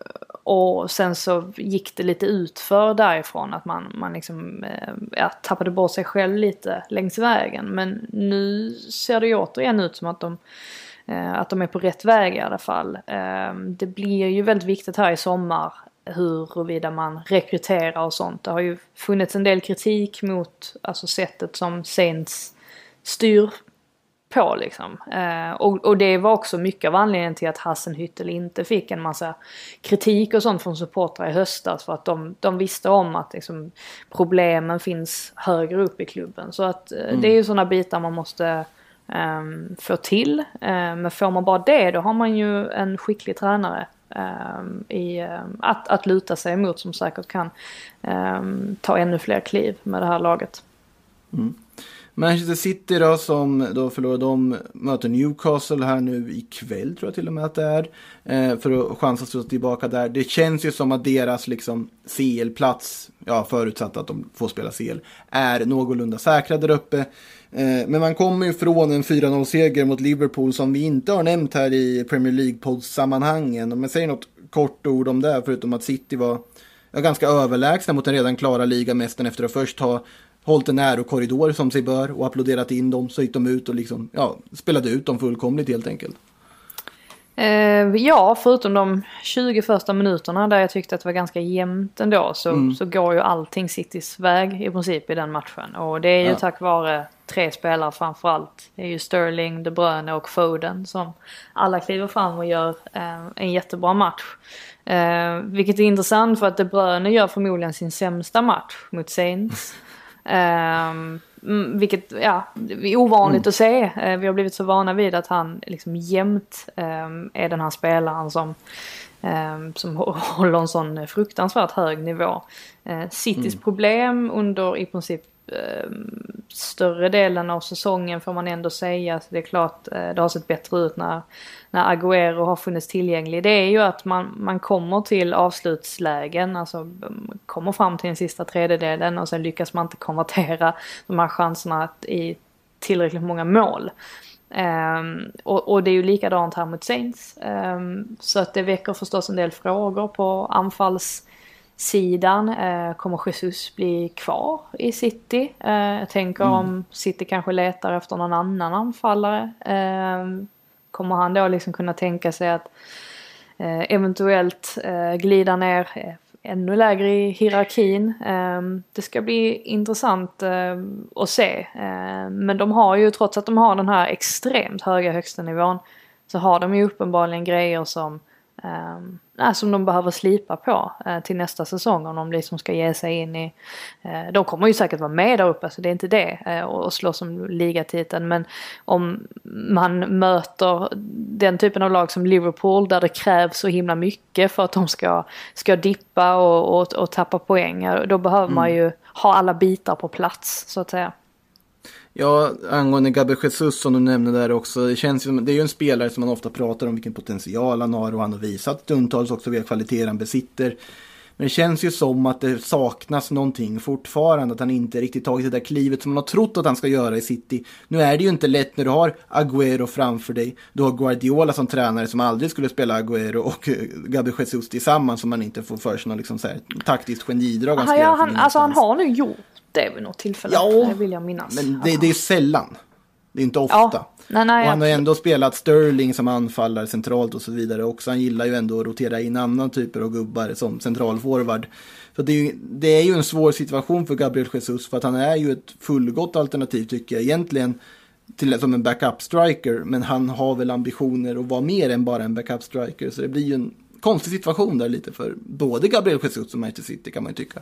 och sen så gick det lite utför därifrån att man, man liksom, ja, tappade bort sig själv lite längs vägen. Men nu ser det ju återigen ut som att de att de är på rätt väg i alla fall. Det blir ju väldigt viktigt här i sommar huruvida man rekryterar och sånt. Det har ju funnits en del kritik mot alltså sättet som Saints styr på liksom. Eh, och, och det var också mycket av anledningen till att Hasenhüttl inte fick en massa kritik och sånt från supportrar i höstas för att de, de visste om att liksom, problemen finns högre upp i klubben. Så att eh, mm. det är ju sådana bitar man måste eh, få till. Eh, men får man bara det, då har man ju en skicklig tränare Um, i, um, att, att luta sig emot som säkert kan um, ta ännu fler kliv med det här laget. Mm. Manchester City då som då förlorar, de möter Newcastle här nu ikväll tror jag till och med att det är eh, för att chansa att stå tillbaka där. Det känns ju som att deras liksom C L-plats, ja förutsatt att de får spela C L, är någorlunda säkra där uppe. Eh, men man kommer ju från en fyra noll-seger mot Liverpool som vi inte har nämnt här i Premier League-pods-sammanhangen. Om jag säger något kort ord om det, förutom att City var ja, ganska överlägsna mot den redan klara ligamästaren efter att först ha hållit en närokorridor som sig bör och applåderat in dem, så gick de ut och liksom, ja, spelade ut dem fullkomligt helt enkelt. Eh, ja, förutom de tjugo första minuterna där jag tyckte att det var ganska jämnt ändå så, mm. så går ju allting Citys väg i princip i den matchen. Och det är ju ja. tack vare tre spelare framförallt. Det är ju Sterling, De Bruyne och Foden som alla kliver fram och gör eh, en jättebra match. Eh, vilket är intressant för att De Bruyne gör förmodligen sin sämsta match mot Saints. Um, vilket ja, är ovanligt Mm. att se. Eh, vi har blivit så vana vid att han liksom jämt eh, är den här spelaren som, eh, som håller en sån fruktansvärt hög nivå. Eh, Citys Mm. problem under i princip eh, större delen av säsongen får man ändå säga. Så det är klart eh, det har sett bättre ut när, när Agüero har funnits tillgänglig. Det är ju att man, man kommer till avslutslägen, alltså kommer fram till den sista tredjedelen och sen lyckas man inte konvertera de här chanserna i tillräckligt många mål. Um, och, och det är ju likadant här mot Saints. Um, så att det väcker förstås en del frågor på anfallssidan. Uh, kommer Jesus bli kvar i City? Uh, jag tänker mm. om City kanske letar efter någon annan anfallare. Um, kommer han då liksom kunna tänka sig att uh, eventuellt uh, glida ner uh, ännu lägre i hierarkin. Um, det ska bli intressant uh, att se. Uh, men de har ju, trots att de har den här extremt höga högsta nivån, så har de ju uppenbarligen grejer som, um, nej, som de behöver slipa på uh, till nästa säsong om de liksom ska ge sig in i. Uh, de kommer ju säkert vara med där uppe, så det är inte det uh, och slå som ligatiteln. Men om man möter den typen av lag som Liverpool där det krävs så himla mycket för att de ska, ska dippa och, och, och tappa poäng, då behöver mm. man ju ha alla bitar på plats så att säga. Ja, angående Gabriel Jesus som du nämnde där också, det känns ju, det är ju en spelare som man ofta pratar om vilken potential han har och han har visat stundtals också vilka kvaliteter han besitter. Men det känns ju som att det saknas någonting fortfarande, att han inte riktigt tagit det där klivet som man har trott att han ska göra i City. Nu är det ju inte lätt när du har Agüero framför dig. Du har Guardiola som tränare som aldrig skulle spela Agüero och Gabriel Jesus tillsammans, som man inte får för sig någon liksom så här taktiskt genidrag. Han, ja, han, alltså han har nu gjort det vid något tillfälle, ja, det vill jag minnas. Men det, det är sällan. Det är inte ofta. Ja. Nej, nej, och han har absolut. ändå spelat Sterling som anfallare centralt och så vidare också. Han gillar ju ändå att rotera in annan typer av gubbar som centralforward. Så det är, ju, det är ju en svår situation för Gabriel Jesus, för att han är ju ett fullgott alternativ tycker jag egentligen till, som en backup striker, men han har väl ambitioner att vara mer än bara en backup striker, så det blir ju en konstig situation där lite för både Gabriel Jesus och Manchester City kan man ju tycka.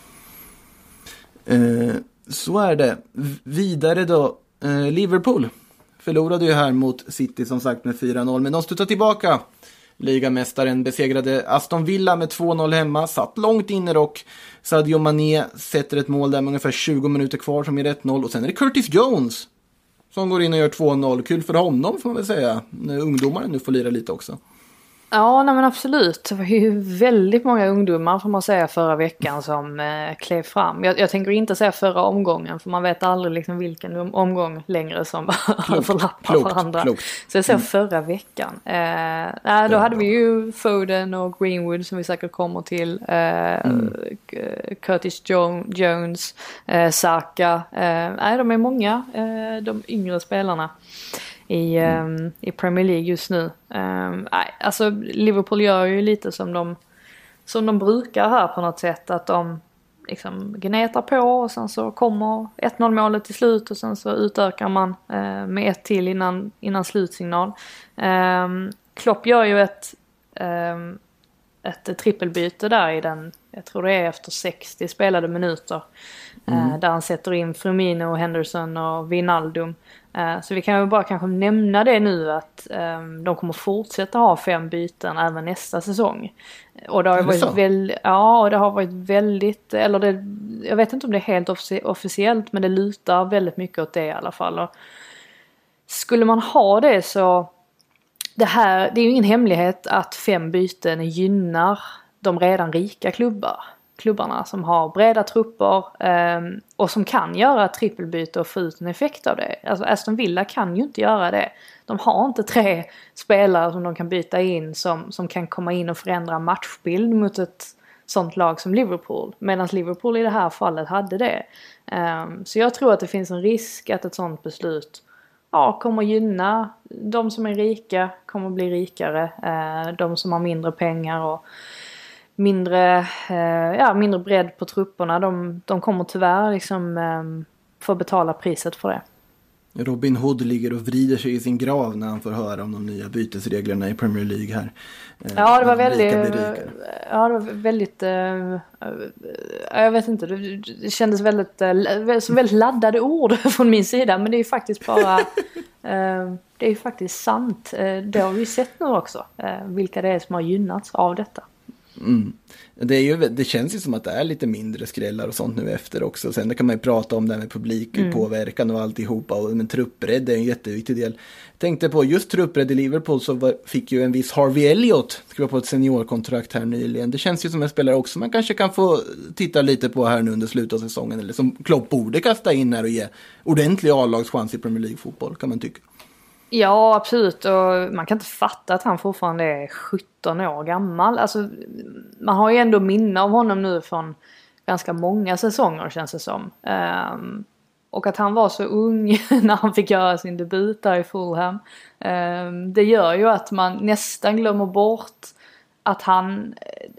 Eh, så är det. Vidare då, eh, Liverpool förlorade ju här mot City som sagt med fyra noll, men de studsade tillbaka. Ligamästaren besegrade Aston Villa med två noll hemma, satt långt inne och Sadio Mané sätter ett mål där med ungefär tjugo minuter kvar som är ett noll, och sen är det Curtis Jones som går in och gör två noll. Kul för honom får man väl säga, när ungdomarna nu får lira lite också. Ja, nej men absolut. Det var ju väldigt många ungdomar får man säga förra veckan som eh, klev fram. Jag, jag tänker inte säga förra omgången, för man vet aldrig liksom vilken omgång längre som överlappar varandra. Klokt. Så jag säger mm. förra veckan. Eh, nej, då hade vi ju Foden och Greenwood som vi säkert kommer till. Eh, mm. Curtis jo- Jones, eh, Saka. Eh, nej, de är många, eh, de yngre spelarna i, mm. um, i Premier League just nu. Um, alltså Liverpool gör ju lite som de, som de brukar här på något sätt, att de liksom gnetar på och sen så kommer ett noll målet till slut och sen så utökar man uh, med ett till innan, innan slutsignal. Um, Klopp gör ju ett, um, ett trippelbyte där i den, jag tror det är efter sextio spelade minuter. Mm. Uh, där han sätter in Firmino, Henderson och Wijnaldum. Uh, så vi kan ju bara kanske nämna det nu att um, de kommer fortsätta ha fem byten även nästa säsong. Och det har varit väl, ja, och det har varit väldigt, eller det, jag vet inte om det är helt offic- officiellt, men det lutar väldigt mycket åt det i alla fall. Och skulle man ha det så, det här, det är ju ingen hemlighet att fem byten gynnar de redan rika klubbar. klubbarna som har breda trupper eh, och som kan göra ett trippelbyte och få ut en effekt av det. Alltså Aston Villa kan ju inte göra det. De har inte tre spelare som de kan byta in som, som kan komma in och förändra matchbild mot ett sånt lag som Liverpool. Medan Liverpool i det här fallet hade det. Eh, så jag tror att det finns en risk att ett sånt beslut ja, kommer gynna de som är rika, kommer bli rikare. Eh, de som har mindre pengar och mindre, eh, ja, mindre bredd på trupperna, de, de kommer tyvärr liksom, eh, få betala priset för det. Robin Hood ligger och vrider sig i sin grav när han får höra om de nya bytesreglerna i Premier League här. Ja, det var väldigt, ja, det var väldigt, uh, jag vet inte, det, det kändes väldigt, uh, som väldigt laddade ord från min sida, men det är ju faktiskt bara, uh, det är ju faktiskt sant. Uh, det har vi sett nu också, uh, vilka det är som har gynnats av detta. Mm. Det, är ju, det känns ju som att det är lite mindre skrällar och sånt nu efter också. Sen kan man ju prata om det här med publikpåverkan och alltihopa. Och, men truppbredd är en jätteviktig del. Tänkte på just truppbredd i Liverpool så var, fick ju en viss Harvey Elliott skriva på ett seniorkontrakt här nyligen. Det känns ju som en spelare också man kanske kan få titta lite på här nu under slutet av säsongen. Eller som Klopp borde kasta in här och ge ordentlig A-lagschans i Premier League-fotboll, kan man tycka. Ja, absolut. Och man kan inte fatta att han fortfarande är sjutton år gammal. Alltså, man har ju ändå minne av honom nu från ganska många säsonger, känns det som. Um, och att han var så ung när han fick göra sin debut där i Fulham. Um, det gör ju att man nästan glömmer bort att han,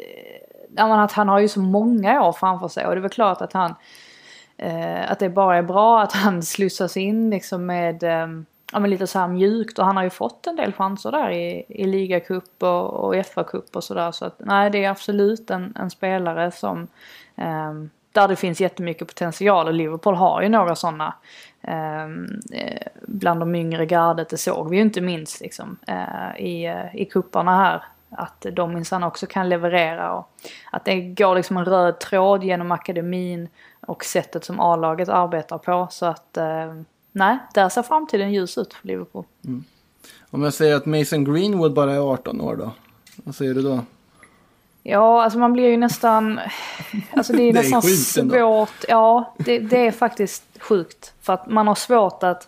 att han har ju så många år framför sig. Och det är väl klart att han uh, att det bara är bra att han slussas in liksom med... Um, Ja, men lite så här mjukt, och han har ju fått en del chanser där i, i ligacup och, och F A-cup och sådär, så att nej, det är absolut en, en spelare som eh, där det finns jättemycket potential, och Liverpool har ju några sådana eh, bland de yngre gardet. Det såg vi ju inte minst liksom, eh, i, i kupparna här, att de minsann också kan leverera, och att det går liksom en röd tråd genom akademin och sättet som A-laget arbetar på, så att eh, nej, där ser framtiden ljus ut för Liverpool. Mm. Om jag säger att Mason Greenwood bara är arton år då, vad säger du då? Ja, alltså man blir ju nästan... Alltså det är, det är nästan svårt. Ändå. Ja, det, det är faktiskt sjukt. För att man har svårt att...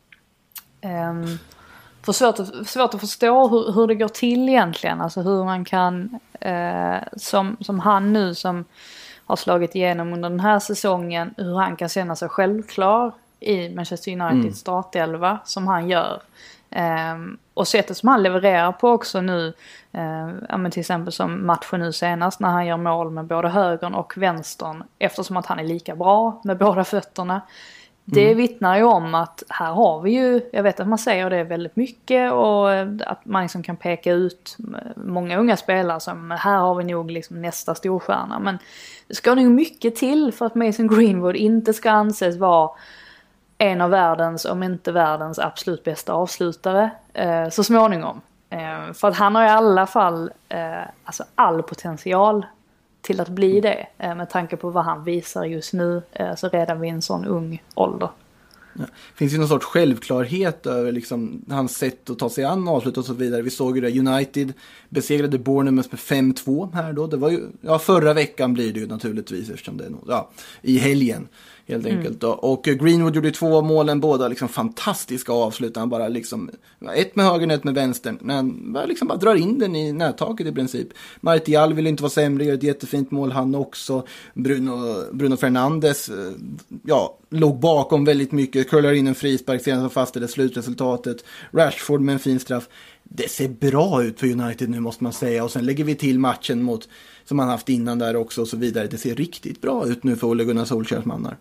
Um, för svårt, att svårt att förstå hur, hur det går till egentligen. Alltså hur man kan... Uh, som, som han nu som har slagit igenom under den här säsongen. Hur han kan känna sig självklar i Manchester Uniteds mm. startelva som han gör. Um, och sättet som han levererar på också nu, uh, ja, men till exempel som matchen nu senast när han gör mål med både högern och vänstern, eftersom att han är lika bra med båda fötterna. Det mm. vittnar ju om att här har vi ju, jag vet att man säger det väldigt mycket, och att man liksom kan peka ut många unga spelare som här har vi nog liksom nästa storstjärna, men det ska nog mycket till för att Mason Greenwood inte ska anses vara en av världens, om inte världens absolut bästa avslutare eh, så småningom. Eh, för att han har i alla fall eh, alltså all potential till att bli det, eh, med tanke på vad han visar just nu, eh, så redan vid en sån ung ålder. Ja. Finns ju någon sorts självklarhet över liksom hans sätt att ta sig an avslut och så vidare. Vi såg ju det, United besegrade Bournemouth med fem två här då. Det var ju, ja, förra veckan blir det ju naturligtvis, eftersom det är nog, ja, i helgen helt enkelt då. Och Greenwood gjorde två av målen, båda liksom fantastiska avslut. Han bara liksom, ett med höger, ett med vänster. Men han bara liksom bara drar in den i nättaket i princip. Martial vill inte vara sämre, gör ett jättefint mål han också. Bruno, Bruno Fernandes, ja, låg bakom väldigt mycket. Curlar in en frispark sedan som fastställde slutresultatet. Rashford med en fin straff. Det ser bra ut för United nu, måste man säga. Och sen lägger vi till matchen mot, som han haft innan där också och så vidare. Det ser riktigt bra ut nu för Ole Gunnar Solskjärs mannar.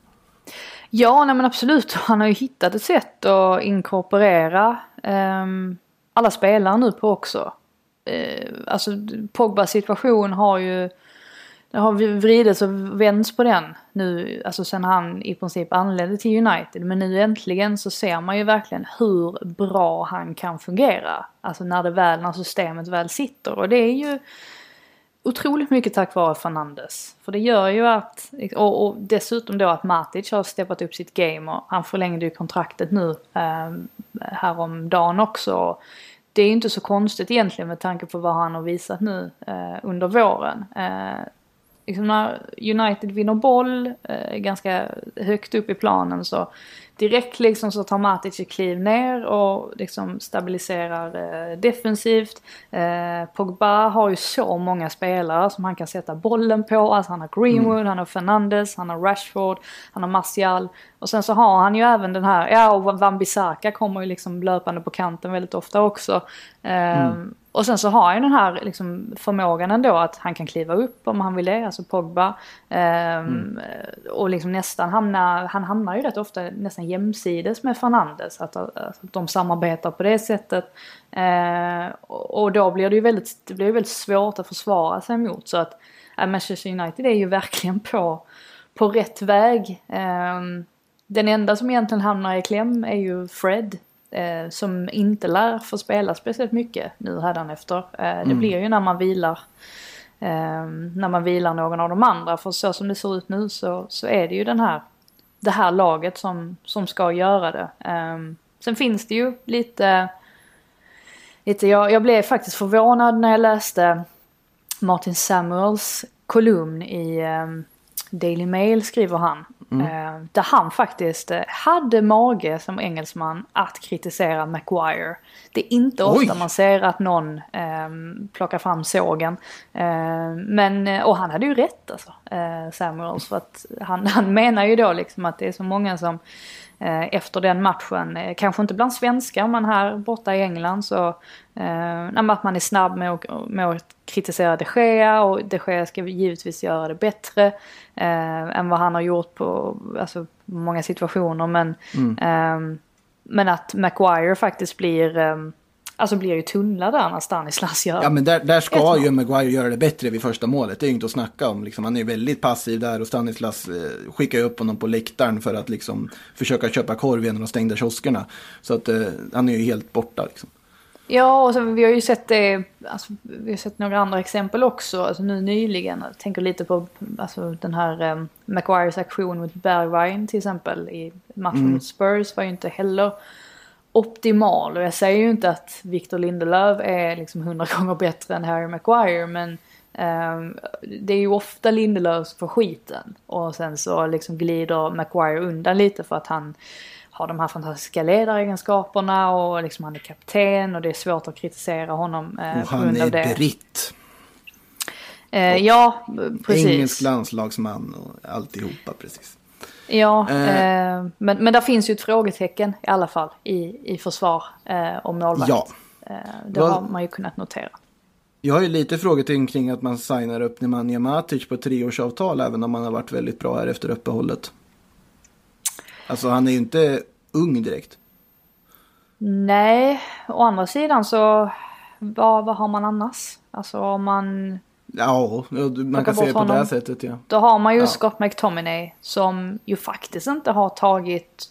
Ja, nej men absolut. Han har ju hittat ett sätt att inkorporera um, alla spelare nu på också. Uh, alltså Pogbas situation har ju, det har vridits och vänds på den nu, alltså sen han i princip anlände till United. Men nu äntligen så ser man ju verkligen hur bra han kan fungera. Alltså när det väl, när systemet väl sitter. Och det är ju otroligt mycket tack vare Fernandes. För det gör ju att, och, och dessutom då att Matic har steppat upp sitt game, och han förlängde ju kontraktet nu eh, häromdagen också. Det är ju inte så konstigt egentligen med tanke på vad han har visat nu eh, under våren. Eh, liksom när United vinner boll eh, ganska högt upp i planen, så direkt liksom så tar Matic ett kliv ner och liksom stabiliserar eh, defensivt. Eh, Pogba har ju så många spelare som han kan sätta bollen på. Alltså han har Greenwood, mm. han har Fernandes, han har Rashford, han har Martial. Och sen så har han ju även den här, ja, och Wan-Bissaka kommer ju liksom löpande på kanten väldigt ofta också. Eh, mm. Och sen så har han den här liksom förmågan ändå att han kan kliva upp om han vill det, alltså Pogba. Um, mm. Och liksom nästan hamna, han hamnar ju rätt ofta nästan jämsides med Fernandes. Att, att de samarbetar på det sättet. Uh, och då blir det ju väldigt, det blir väldigt svårt att försvara sig emot. Så att uh, Manchester United är ju verkligen på, på rätt väg. Um, den enda som egentligen hamnar i kläm är ju Fred. Eh, som inte lär få spela speciellt mycket nu hädanefter. Eh, det mm. blir ju när man vilar eh, när man vilar någon av de andra. För så som det ser ut nu så, så är det ju den här, det här laget som, som ska göra det. Eh, sen finns det ju lite, lite jag, jag blev faktiskt förvånad när jag läste Martin Samuels kolumn i eh, Daily Mail, skriver han. Mm. Där han faktiskt hade mage som engelsman att kritisera Maguire. Det är inte ofta Oj. man ser att någon eh, plockar fram sågen. Eh, men, och han hade ju rätt alltså, eh, Samuels. För att han, han menar ju då liksom att det är så många som eh, efter den matchen, eh, kanske inte bland svenskar men här borta i England så eh, att man är snabb med att, med att kritisera De Gea, och De Gea ska givetvis göra det bättre eh, än vad han har gjort på alltså, många situationer, men, mm. eh, men att Maguire faktiskt blir eh, alltså blir ju tunnlad där när Stanislas gör. Ja, men där, där ska ju Maguire göra det bättre vid första målet. Det är ju inte att snacka om. Liksom, han är ju väldigt passiv där och Stanislas eh, skickar upp honom på läktaren för att liksom, försöka köpa korv genom de stängda kioskerna. Så att eh, han är ju helt borta liksom. Ja, och så, vi har ju sett det, alltså, vi har sett några andra exempel också, alltså nu nyligen. Jag tänker lite på alltså, den här um, Maguires aktion mot Bergwijn till exempel i matchen mm. mot Spurs var ju inte heller optimal. Och jag säger ju inte att Victor Lindelöf är liksom hundra gånger bättre än Harry Maguire, men um, det är ju ofta Lindelöf som får skiten. Och sen så liksom glider Maguire undan lite för att han har de här fantastiska ledaregenskaperna och liksom han är kapten och det är svårt att kritisera honom eh, och han är det. britt. Eh, ja, precis. Engelsk landslagsman och alltihopa, precis. Ja, eh. Eh, men, men där finns ju ett frågetecken i alla fall i, i försvar eh, om målvakt. Ja. Eh, det Vad... har man ju kunnat notera. Jag har ju lite frågetecken kring att man signar upp Nemanja Matic på treårsavtal även om man har varit väldigt bra här efter uppehållet. Alltså han är ju inte ung direkt. Nej, å andra sidan så vad, vad har man annars? Alltså om man... Ja, man kan se det på honom, det sättet, ja. Då har man ju ja. Scott McTominay som ju faktiskt inte har tagit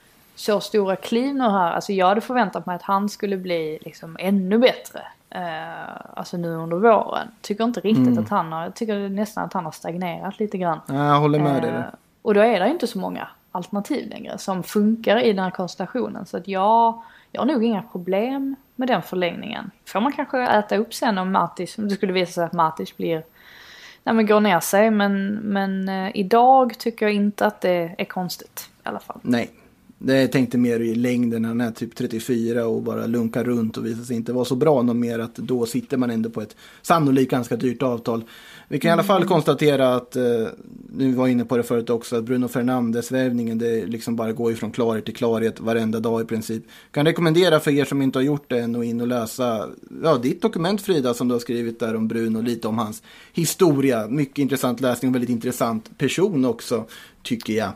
så stora kliv nu här. Alltså jag hade förväntat mig att han skulle bli liksom ännu bättre. Eh, alltså nu under våren. Tycker inte riktigt mm. att han har, jag tycker nästan att han har stagnerat lite grann. Ja, jag håller med eh, dig. Och då är det inte så många alternativ längre som funkar i den här konstellationen. Så att jag, jag har nog inga problem med den förlängningen. Får man kanske äta upp sen om Matic, om det skulle visa sig att Matic blir, nej men går ner sig. Men, men eh, idag tycker jag inte att det är konstigt i alla fall. Nej, det tänkte mer i längden när han är typ trettiofyra och bara lunkar runt och visar sig inte vara så bra någon mer, att då sitter man ändå på ett sannolikt ganska dyrt avtal. Vi kan i alla fall konstatera att, eh, nu var inne på det förut också, att Bruno Fernandes-vävningen, det liksom bara går ifrån klarhet till klarhet varenda dag i princip. Kan rekommendera för er som inte har gjort det än att in och läsa ja, ditt dokument, Frida, som du har skrivit där om Bruno, lite om hans historia. Mycket intressant läsning och väldigt intressant person också, tycker jag.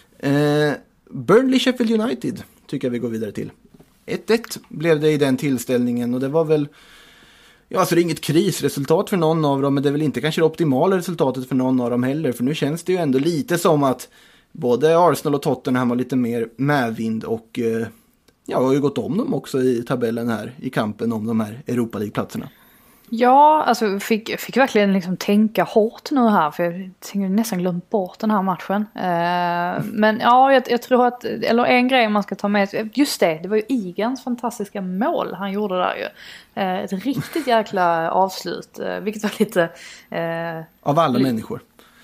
Eh, Burnley Sheffield United tycker jag vi går vidare till. ett ett blev det i den tillställningen och det var väl, ja, alltså det är inget krisresultat för någon av dem, men det är väl inte kanske det optimala resultatet för någon av dem heller, för nu känns det ju ändå lite som att både Arsenal och Tottenham har lite mer medvind och eh, ja, har ju gått om dem också i tabellen här i kampen om de här Europa League-platserna. Ja, alltså fick, fick verkligen liksom tänka hårt nu här, för jag tänker nästan glömt bort den här matchen. Eh, men ja, jag, jag tror att, eller en grej man ska ta med, just det, det var ju Igans fantastiska mål han gjorde där ju. Eh, ett riktigt jäkla avslut, eh, vilket var lite... Eh, Av alla li- människor.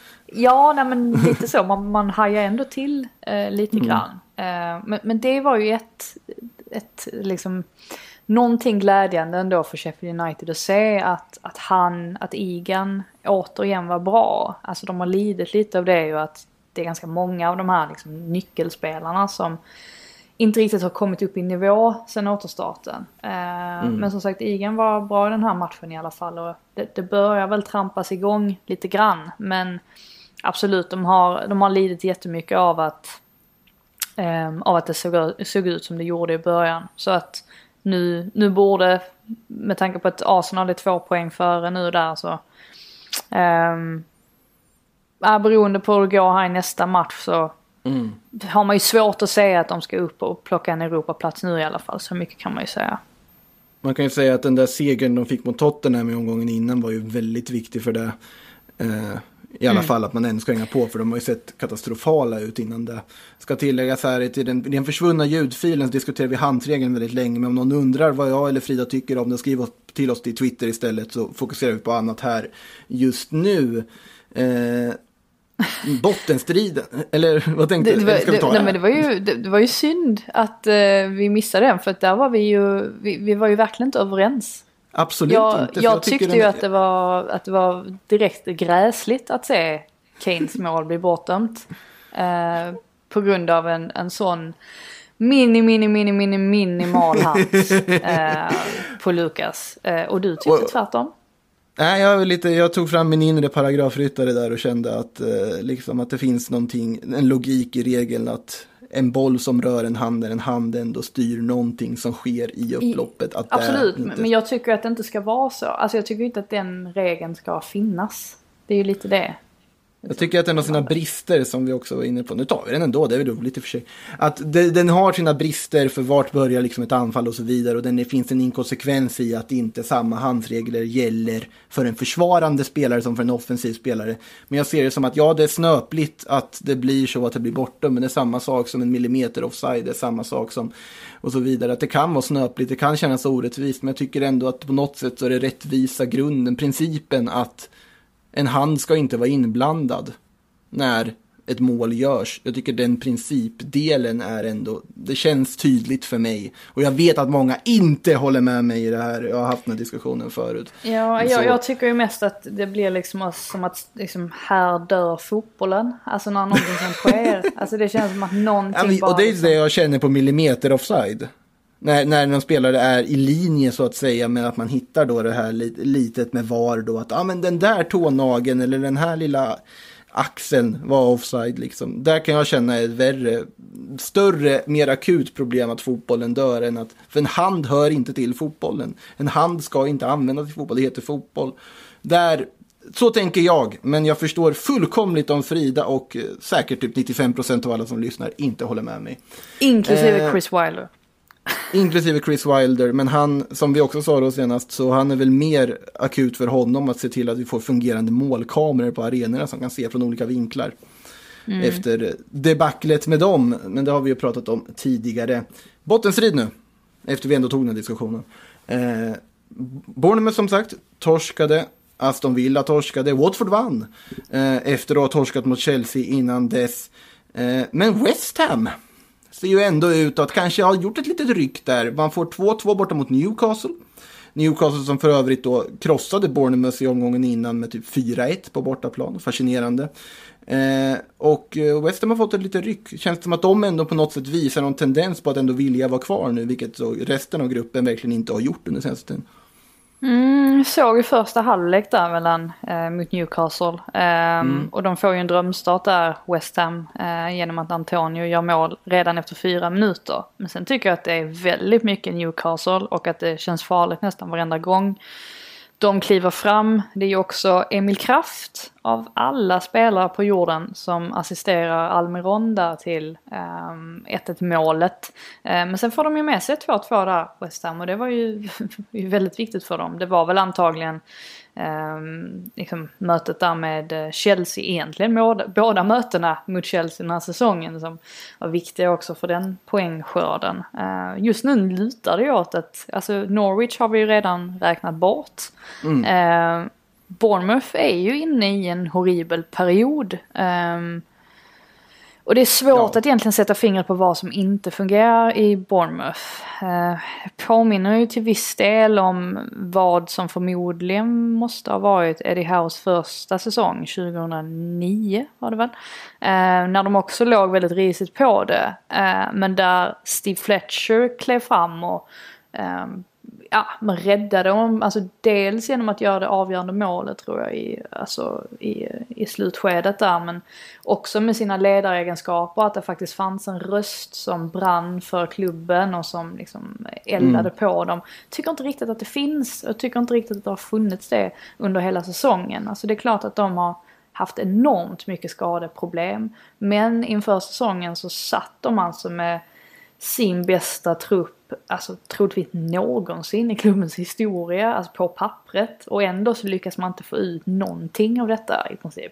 Ja, nej, men lite så, man, man hajar ändå till eh, lite mm. grann. Eh, men, men det var ju ett, ett liksom... någonting glädjande ändå för Sheffield United att se att, att han, att Igan återigen var bra. Alltså de har lidit lite av det ju, att det är ganska många av de här liksom nyckelspelarna som inte riktigt har kommit upp i nivå sen återstarten. Eh, mm. Men som sagt, Egan var bra i den här matchen i alla fall. Och det, det börjar väl trampas igång lite grann. Men absolut, de har, de har lidit jättemycket av att, eh, av att det såg, såg ut som det gjorde i början. Så att nu, nu borde, med tanke på att Arsenal är två poäng före nu där, så eh, är beroende på hur det går här i nästa match, så mm. har man ju svårt att säga att de ska upp och plocka en Europaplats nu i alla fall. Så mycket kan man ju säga. Man kan ju säga att den där segern de fick mot Tottenham i omgången innan var ju väldigt viktig för det. Eh, I alla mm. fall att man än ska hänga på, för de har ju sett katastrofala ut innan det. Ska tilläggas här, till den, den försvunna ljudfilen så diskuterar vi handregeln väldigt länge. Men om någon undrar vad jag eller Frida tycker om det, skriv till oss till Twitter istället, så fokuserar vi på annat här just nu. Eh, Bottenstriden, eller vad tänkte du? Det, det, nej, men det var ju det, det var ju synd att uh, vi missade den, för att där var vi ju vi, vi var ju verkligen inte överens. Absolut jag, inte. Jag, jag tyckte den... ju att det var att det var direkt gräsligt att se Kanes mål bli bortdömt uh, på grund av en en sån mini mini mini mini minimal hand uh, på Lucas, uh, och du tyckte och... tvärtom. Nej, jag, lite, jag tog fram min inre paragrafryttare där och kände att, eh, liksom att det finns någonting, en logik i regeln att en boll som rör en hand är en hand ändå styr någonting som sker i upploppet. Att absolut, inte... men jag tycker att det inte ska vara så. Alltså jag tycker inte att den regeln ska finnas. Det är ju lite det. Jag tycker att den har sina brister, som vi också var inne på. Nu tar vi den ändå, det är väl roligt i och för sig. Att det, den har sina brister för vart börjar liksom ett anfall och så vidare. Och den, det finns en inkonsekvens i att inte samma handsregler gäller för en försvarande spelare som för en offensiv spelare. Men jag ser det som att ja, det är snöpligt att det blir så att det blir borta. Men det är samma sak som en millimeter offside, det är samma sak som och så vidare. Att det kan vara snöpligt, det kan kännas orättvist. Men jag tycker ändå att på något sätt så är det rättvisa grunden, principen att en hand ska inte vara inblandad när ett mål görs. Jag tycker den principdelen är ändå, det känns tydligt för mig. Och jag vet att många inte håller med mig i det här. Jag har haft den här diskussionen förut. Ja, jag, jag tycker ju mest att det blir liksom som att liksom, här dör fotbollen. Alltså när någonting som sker. Alltså det känns som att någonting ja, men, bara... Och det är liksom... det jag känner på millimeter offside. När, när någon spelare är i linje så att säga, men att man hittar då det här lit, litet med var då att ah, men den där tånageln eller den här lilla axeln var offside liksom. Där kan jag känna ett värre, större, mer akut problem att fotbollen dör än att, för en hand hör inte till fotbollen. En hand ska inte användas till fotboll, det heter fotboll. Där, så tänker jag, men jag förstår fullkomligt om Frida och eh, säkert typ nittiofem procent av alla som lyssnar inte håller med mig. Inklusive eh, Chris Wilder. Inklusive Chris Wilder, men han, som vi också sa då senast, så han är väl mer akut för honom att se till att vi får fungerande målkameror på arenorna som kan se från olika vinklar. Mm. Efter debaclet med dem, men det har vi ju pratat om tidigare. Bottenstrid nu, efter vi ändå tog den diskussionen. Eh, Bournemouth som sagt, torskade. Aston Villa torskade. Watford vann eh, efter att ha torskat mot Chelsea innan dess. Eh, men West Ham ser ju ändå ut att kanske ha gjort ett litet ryck där. Man får två två borta mot Newcastle. Newcastle som för övrigt då krossade Bournemouth i omgången innan med typ fyra ett på bortaplan. Fascinerande. Eh, och West Ham har fått ett litet ryck. Känns det som att de ändå på något sätt visar någon tendens på att ändå vilja vara kvar nu. Vilket så resten av gruppen verkligen inte har gjort under senaste tiden. Mm, såg i första halvlek där mellan eh, mot Newcastle eh, mm. och de får ju en drömstart där, West Ham, eh, genom att Antonio gör mål redan efter fyra minuter. Men sen tycker jag att det är väldigt mycket Newcastle och att det känns farligt nästan varenda gång de kliver fram. Det är ju också Emil Kraft av alla spelare på jorden som assisterar Almiron där till um, ett ett målet. Uh, men sen får de ju med sig två två där, West Ham, och det var ju väldigt viktigt för dem. Det var väl antagligen um, liksom, mötet där med Chelsea egentligen, båda, båda mötena mot Chelsea den här säsongen som var viktiga också för den poängskörden. Uh, just nu lutar det åt att, alltså Norwich har vi ju redan räknat bort. Mm. Uh, Bournemouth är ju inne i en horribel period. Um, Och det är svårt Ja. att egentligen sätta fingret på vad som inte fungerar i Bournemouth. Eh, påminner ju till viss del om vad som förmodligen måste ha varit Eddie Howes första säsong, tjugohundranio var det väl. Eh, när de också låg väldigt risigt på det. Eh, men där Steve Fletcher klev fram och eh, ja, man räddade dem, alltså dels genom att göra det avgörande målet tror jag i, alltså, i, i slutskedet där, men också med sina ledaregenskaper, att det faktiskt fanns en röst som brann för klubben och som liksom eldade mm. på dem. Tycker inte riktigt att det finns, och tycker inte riktigt att det har funnits det under hela säsongen. Alltså det är klart att de har haft enormt mycket skadeproblem, men inför säsongen så satt de alltså med sin bästa trupp, alltså troligtvis någonsin i klubbens historia, alltså på pappret, och ändå så lyckas man inte få ut någonting av detta i princip.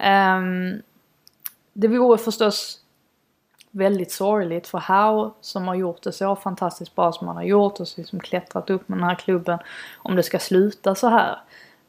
Um, det vore förstås väldigt sorgligt för Howe som har gjort det så fantastiskt bra som han har gjort och som klättrat upp med den här klubben, om det ska sluta så här.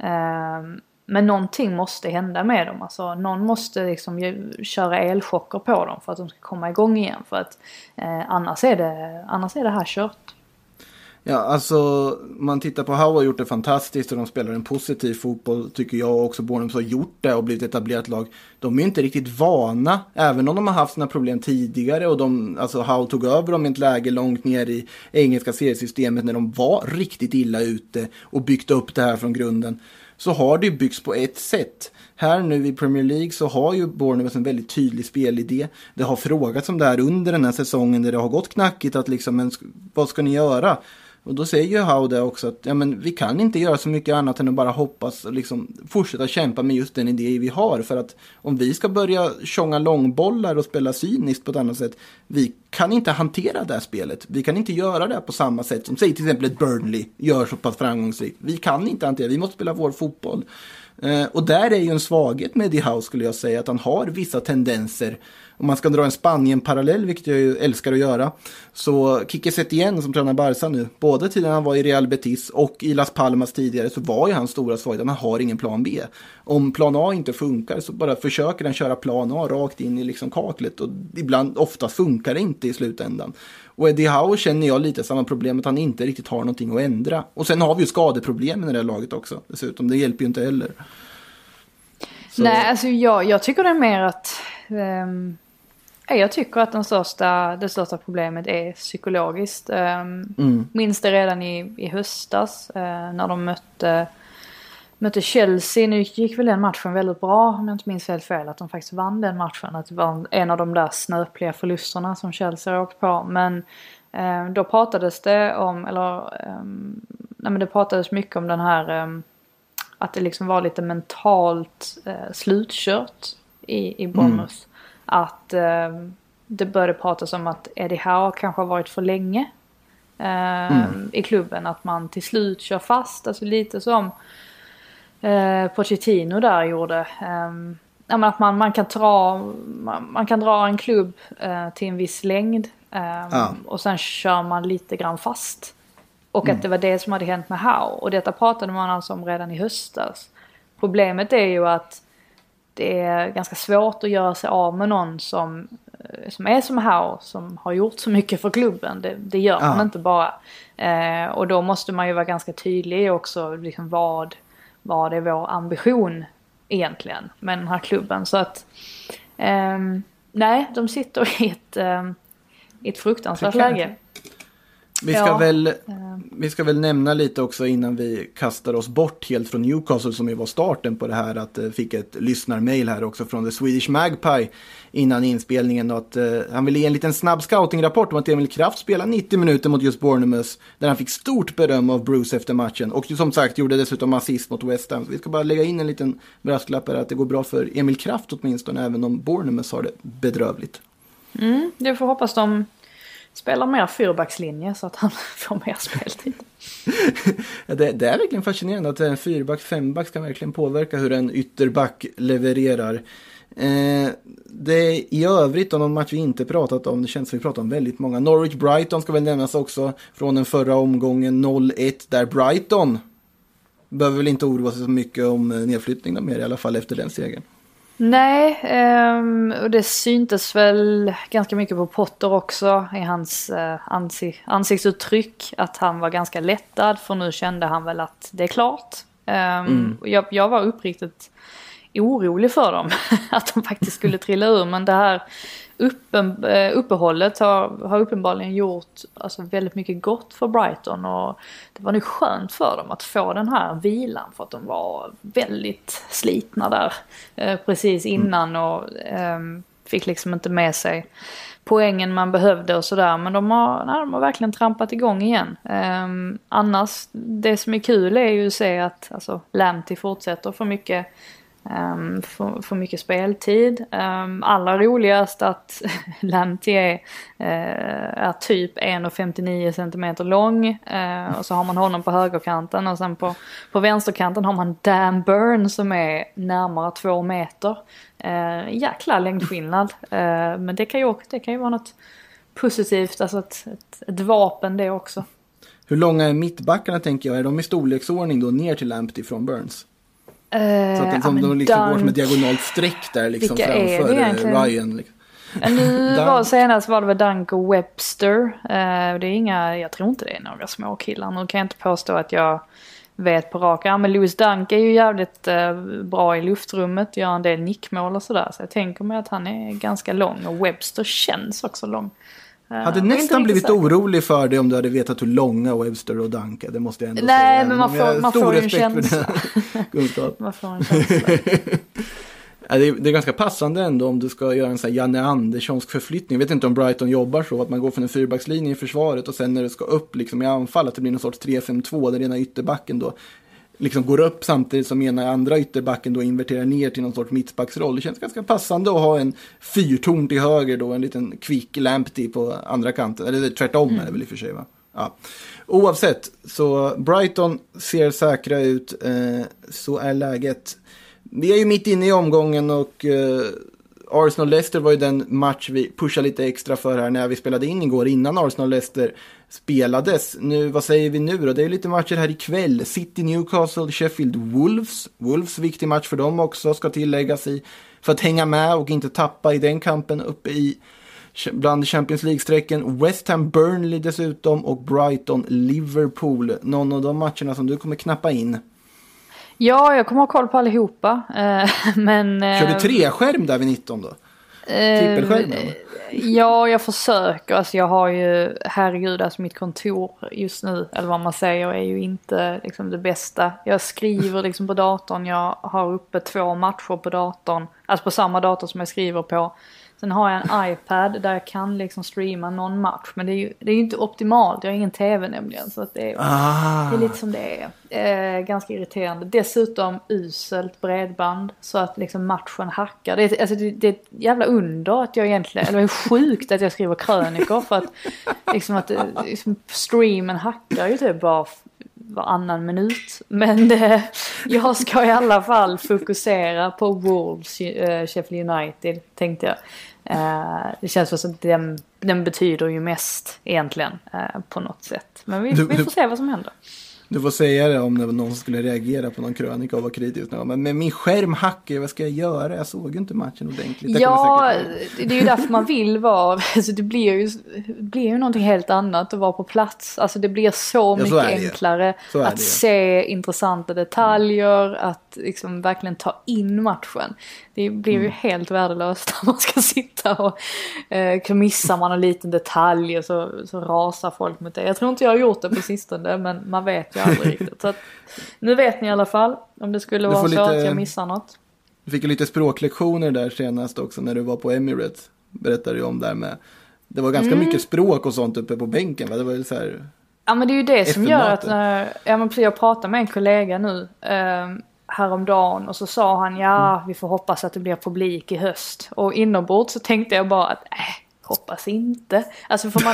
Um, Men någonting måste hända med dem. Alltså, någon måste liksom köra elchocker på dem för att de ska komma igång igen. För att eh, annars, är det, annars är det här kört. Ja, alltså man tittar på Howe har gjort det fantastiskt och de spelar en positiv fotboll tycker jag, och också Bournemouth har gjort det och blivit ett etablerat lag. De är inte riktigt vana, även om de har haft sina problem tidigare, och de, alltså Howe tog över dem i ett läge långt ner i engelska seriesystemet när de var riktigt illa ute och byggt upp det här från grunden. Så har det byggts på ett sätt. Här nu i Premier League så har ju Bournemouth en väldigt tydlig spelidé. Det har frågats om det här under den här säsongen där det har gått knackigt, att liksom, men vad ska ni göra? Och då säger ju Howe det också att ja, men vi kan inte göra så mycket annat än att bara hoppas och liksom fortsätta kämpa med just den idé vi har. För att om vi ska börja tjonga långbollar och spela cyniskt på ett annat sätt, vi kan inte hantera det här spelet. Vi kan inte göra det på samma sätt som säg till exempel ett Burnley gör så pass framgångsrikt. Vi kan inte hantera, vi måste spela vår fotboll. Uh, och där är ju en svaghet med Eddie Howe skulle jag säga, att han har vissa tendenser. Om man ska dra en Spanien-parallell, vilket jag ju älskar att göra, så Quique Setién som tränar Barca nu, både tiden han var i Real Betis och i Las Palmas tidigare, så var ju hans stora svaghet att han har ingen plan B. Om plan A inte funkar så bara försöker han köra plan A rakt in i liksom kaklet, och ibland, ofta funkar det inte i slutändan. Och Eddie Howe känner jag lite samma problem, att han inte riktigt har någonting att ändra. Och sen har vi ju skadeproblemen i det här laget också, dessutom, det hjälper ju inte heller. Så. Nej, alltså jag, jag tycker det är mer att um... jag tycker att den största, det största problemet är psykologiskt. Um, mm. Minns det redan i, i höstas uh, när de mötte, mötte Chelsea. Nu gick väl den matchen väldigt bra, om jag inte minns helt fel, att de faktiskt vann den matchen. Att det var en av de där snöpliga förlusterna som Chelsea har åkt på. Men uh, då pratades det om, eller um, nej, men det pratades mycket om den här, um, att det liksom var lite mentalt uh, slutkört i, i Bournemouth. Mm. Att eh, det började pratas om att Eddie Howe kanske har varit för länge eh, mm. i klubben. Att man till slut kör fast. Alltså lite som eh, Pochettino där gjorde. Eh, ja, men att man, man, kan dra, man, man kan dra en klubb eh, till en viss längd. Eh, ah. Och sen kör man lite grann fast. Och mm. att det var det som hade hänt med Howe. Och detta pratade man alltså om redan i höstas. Problemet är ju att det är ganska svårt att göra sig av med någon som, som är som Howe, som har gjort så mycket för klubben. Det, det gör man ja. inte bara. Eh, och då måste man ju vara ganska tydlig också, liksom vad, vad är vår ambition egentligen med den här klubben. Så att, eh, nej, de sitter i ett, eh, i ett fruktansvärt läge. Vi ska, ja. väl, vi ska väl nämna lite också innan vi kastar oss bort helt från Newcastle, som ju var starten på det här, att uh, fick ett lyssnarmail här också från The Swedish Magpie innan inspelningen, och att uh, han ville ge en liten snabb scoutingrapport om att Emil Kraft spelade nittio minuter mot just Bournemouth, där han fick stort beröm av Bruce efter matchen, och som sagt gjorde dessutom assist mot West Ham. Så vi ska bara lägga in en liten brasklapp här att det går bra för Emil Kraft åtminstone, även om Bournemouth har det bedrövligt. Mm, det får hoppas de spelar mer fyrbackslinje så att han får mer speltid. Ja, det, det är verkligen fascinerande att en fyrback, femback kan verkligen påverka hur en ytterback levererar. Eh, det i övrigt om någon match vi inte pratat om, det känns som vi pratat om väldigt många. Norwich Brighton ska väl nämnas också från den förra omgången, noll ett, där Brighton behöver väl inte oroa sig så mycket om nedflyttning mer, i alla fall efter den segern. Nej, um, och det syntes väl ganska mycket på Potter också i hans uh, ansik- ansiktsuttryck att han var ganska lättad, för nu kände han väl att det är klart. Um, mm. jag, jag var uppriktigt orolig för dem att de faktiskt skulle trilla ur, men det här uppen, uppehållet har, har uppenbarligen gjort alltså, väldigt mycket gott för Brighton, och det var nu skönt för dem att få den här vilan, för att de var väldigt slitna där eh, precis innan och eh, fick liksom inte med sig poängen man behövde och sådär, men de har, nej, de har verkligen trampat igång igen. Eh, annars, det som är kul är ju att se att alltså, Lamptey fortsätter för mycket Um, för, för mycket speltid. Um, allra roligast att Lamptey är, uh, är typ en komma femtionio centimeter lång, uh, och så har man honom på högerkanten, och sen på, på vänsterkanten har man Dan Burn som är närmare två meter. Uh, jäkla längdskillnad, uh, men det kan, ju, det kan ju vara något positivt, alltså ett, ett, ett vapen det också. Hur långa är mittbackarna, tänker jag? Är de i storleksordning då ner till Lamptey från Burns? Uh, så att de, ja, de liksom Dan... går som ett diagonalt streck där liksom framför Ryan. Liksom. Nu var senast var det väl Dunk och Webster. Uh, det är inga, jag tror inte det är några små killar. Nu kan jag inte påstå att jag vet på rak arm. Men Lewis Dunk är ju jävligt uh, bra i luftrummet. Gör en del nickmål och sådär. Så jag tänker mig att han är ganska lång. Och Webster känns också lång. Hade nästan blivit säker. orolig för det om du hade vetat hur långa Webster och Dunk är. Det måste jag ändå Nej, säga. men man får, man får ju en känsla. Man får en känsla. det, är, det är ganska passande ändå om du ska göra en sån här Janne Anderssonsk förflyttning. Jag vet inte om Brighton jobbar så att man går från en fyrbackslinje i försvaret och sen när det ska upp liksom i anfall att det blir någon sorts tre fem två där ena ytterbacken då liksom går upp samtidigt som ena andra ytterbacken då inverterar ner till någon sorts mittbacksroll. Det känns ganska passande att ha en fyrtorn till höger då, en liten quick Lamptey på andra kanten. Eller tvärtom mm. är det väl i och för sig, va? Ja. Oavsett, så Brighton ser säkra ut. Eh, så är läget. Vi är ju mitt inne i omgången och eh, Arsenal-Leicester var ju den match vi pushade lite extra för här när vi spelade in igår innan Arsenal-Leicester spelades. Nu, vad säger vi nu då? Det är lite matcher här ikväll. City, Newcastle, Sheffield, Wolves. Wolves, viktig match för dem också, ska tilläggas i för att hänga med och inte tappa i den kampen uppe i bland Champions League-strecken. West Ham, Burnley dessutom och Brighton, Liverpool. Någon av de matcherna som du kommer knappa in? Ja, jag kommer ha koll på allihopa. Men, kör du tre skärm där vid nitton då? Trippelskärm? Ja, jag försöker. Alltså jag har ju, herregud, alltså mitt kontor just nu, eller vad man säger, är ju inte liksom det bästa. Jag skriver liksom på datorn, jag har uppe två matcher på datorn, alltså på samma dator som jag skriver på. Sen har jag en iPad där jag kan liksom streama någon match. Men det är ju, det är ju inte optimalt. Jag har ingen tv nämligen. Så att det, är, ah. det är lite som det är. Eh, ganska irriterande. Dessutom uselt bredband. Så att liksom matchen hackar. Det är, alltså det, det är ett jävla under att jag egentligen... Eller det är sjukt att jag skriver krönikor. För att, liksom att liksom, streamen hackar ju typ bara varannan minut. Men eh, jag ska i alla fall fokusera på Wolves, eh, Sheffield United, tänkte jag. Uh, det känns som att den, den betyder ju mest egentligen uh, på något sätt. Men vi, du, vi får du, se vad som händer. Du får säga det om det var någon som skulle reagera på någon krönika och vara kritisk. Men med min skärm hackar, vad ska jag göra? Jag såg ju inte matchen ordentligt. Det ja, det är ju därför man vill vara. Alltså det blir ju, det blir ju någonting helt annat att vara på plats. Alltså det blir så ja, mycket så enklare att det. se intressanta detaljer, att liksom verkligen ta in matchen. Det blir ju mm. helt värdelöst när man ska sitta och eh, missar man en liten detalj och så, så rasar folk mot det. Jag tror inte jag har gjort det på sistone, men man vet ju aldrig riktigt. Så att, nu vet ni i alla fall om det skulle vara så lite, att jag missar något. Du fick ju lite språklektioner där senast också när du var på Emirates. Berättade du om där med. Det var ganska mm. mycket språk och sånt uppe på bänken, va? Det var ju så här. Ja, men det är ju det som gör att när ja, men jag pratar med en kollega nu eh, häromdagen och så sa han ja, mm. vi får hoppas att det blir publik i höst. Och inombords så tänkte jag bara att äh, hoppas inte. Alltså för man,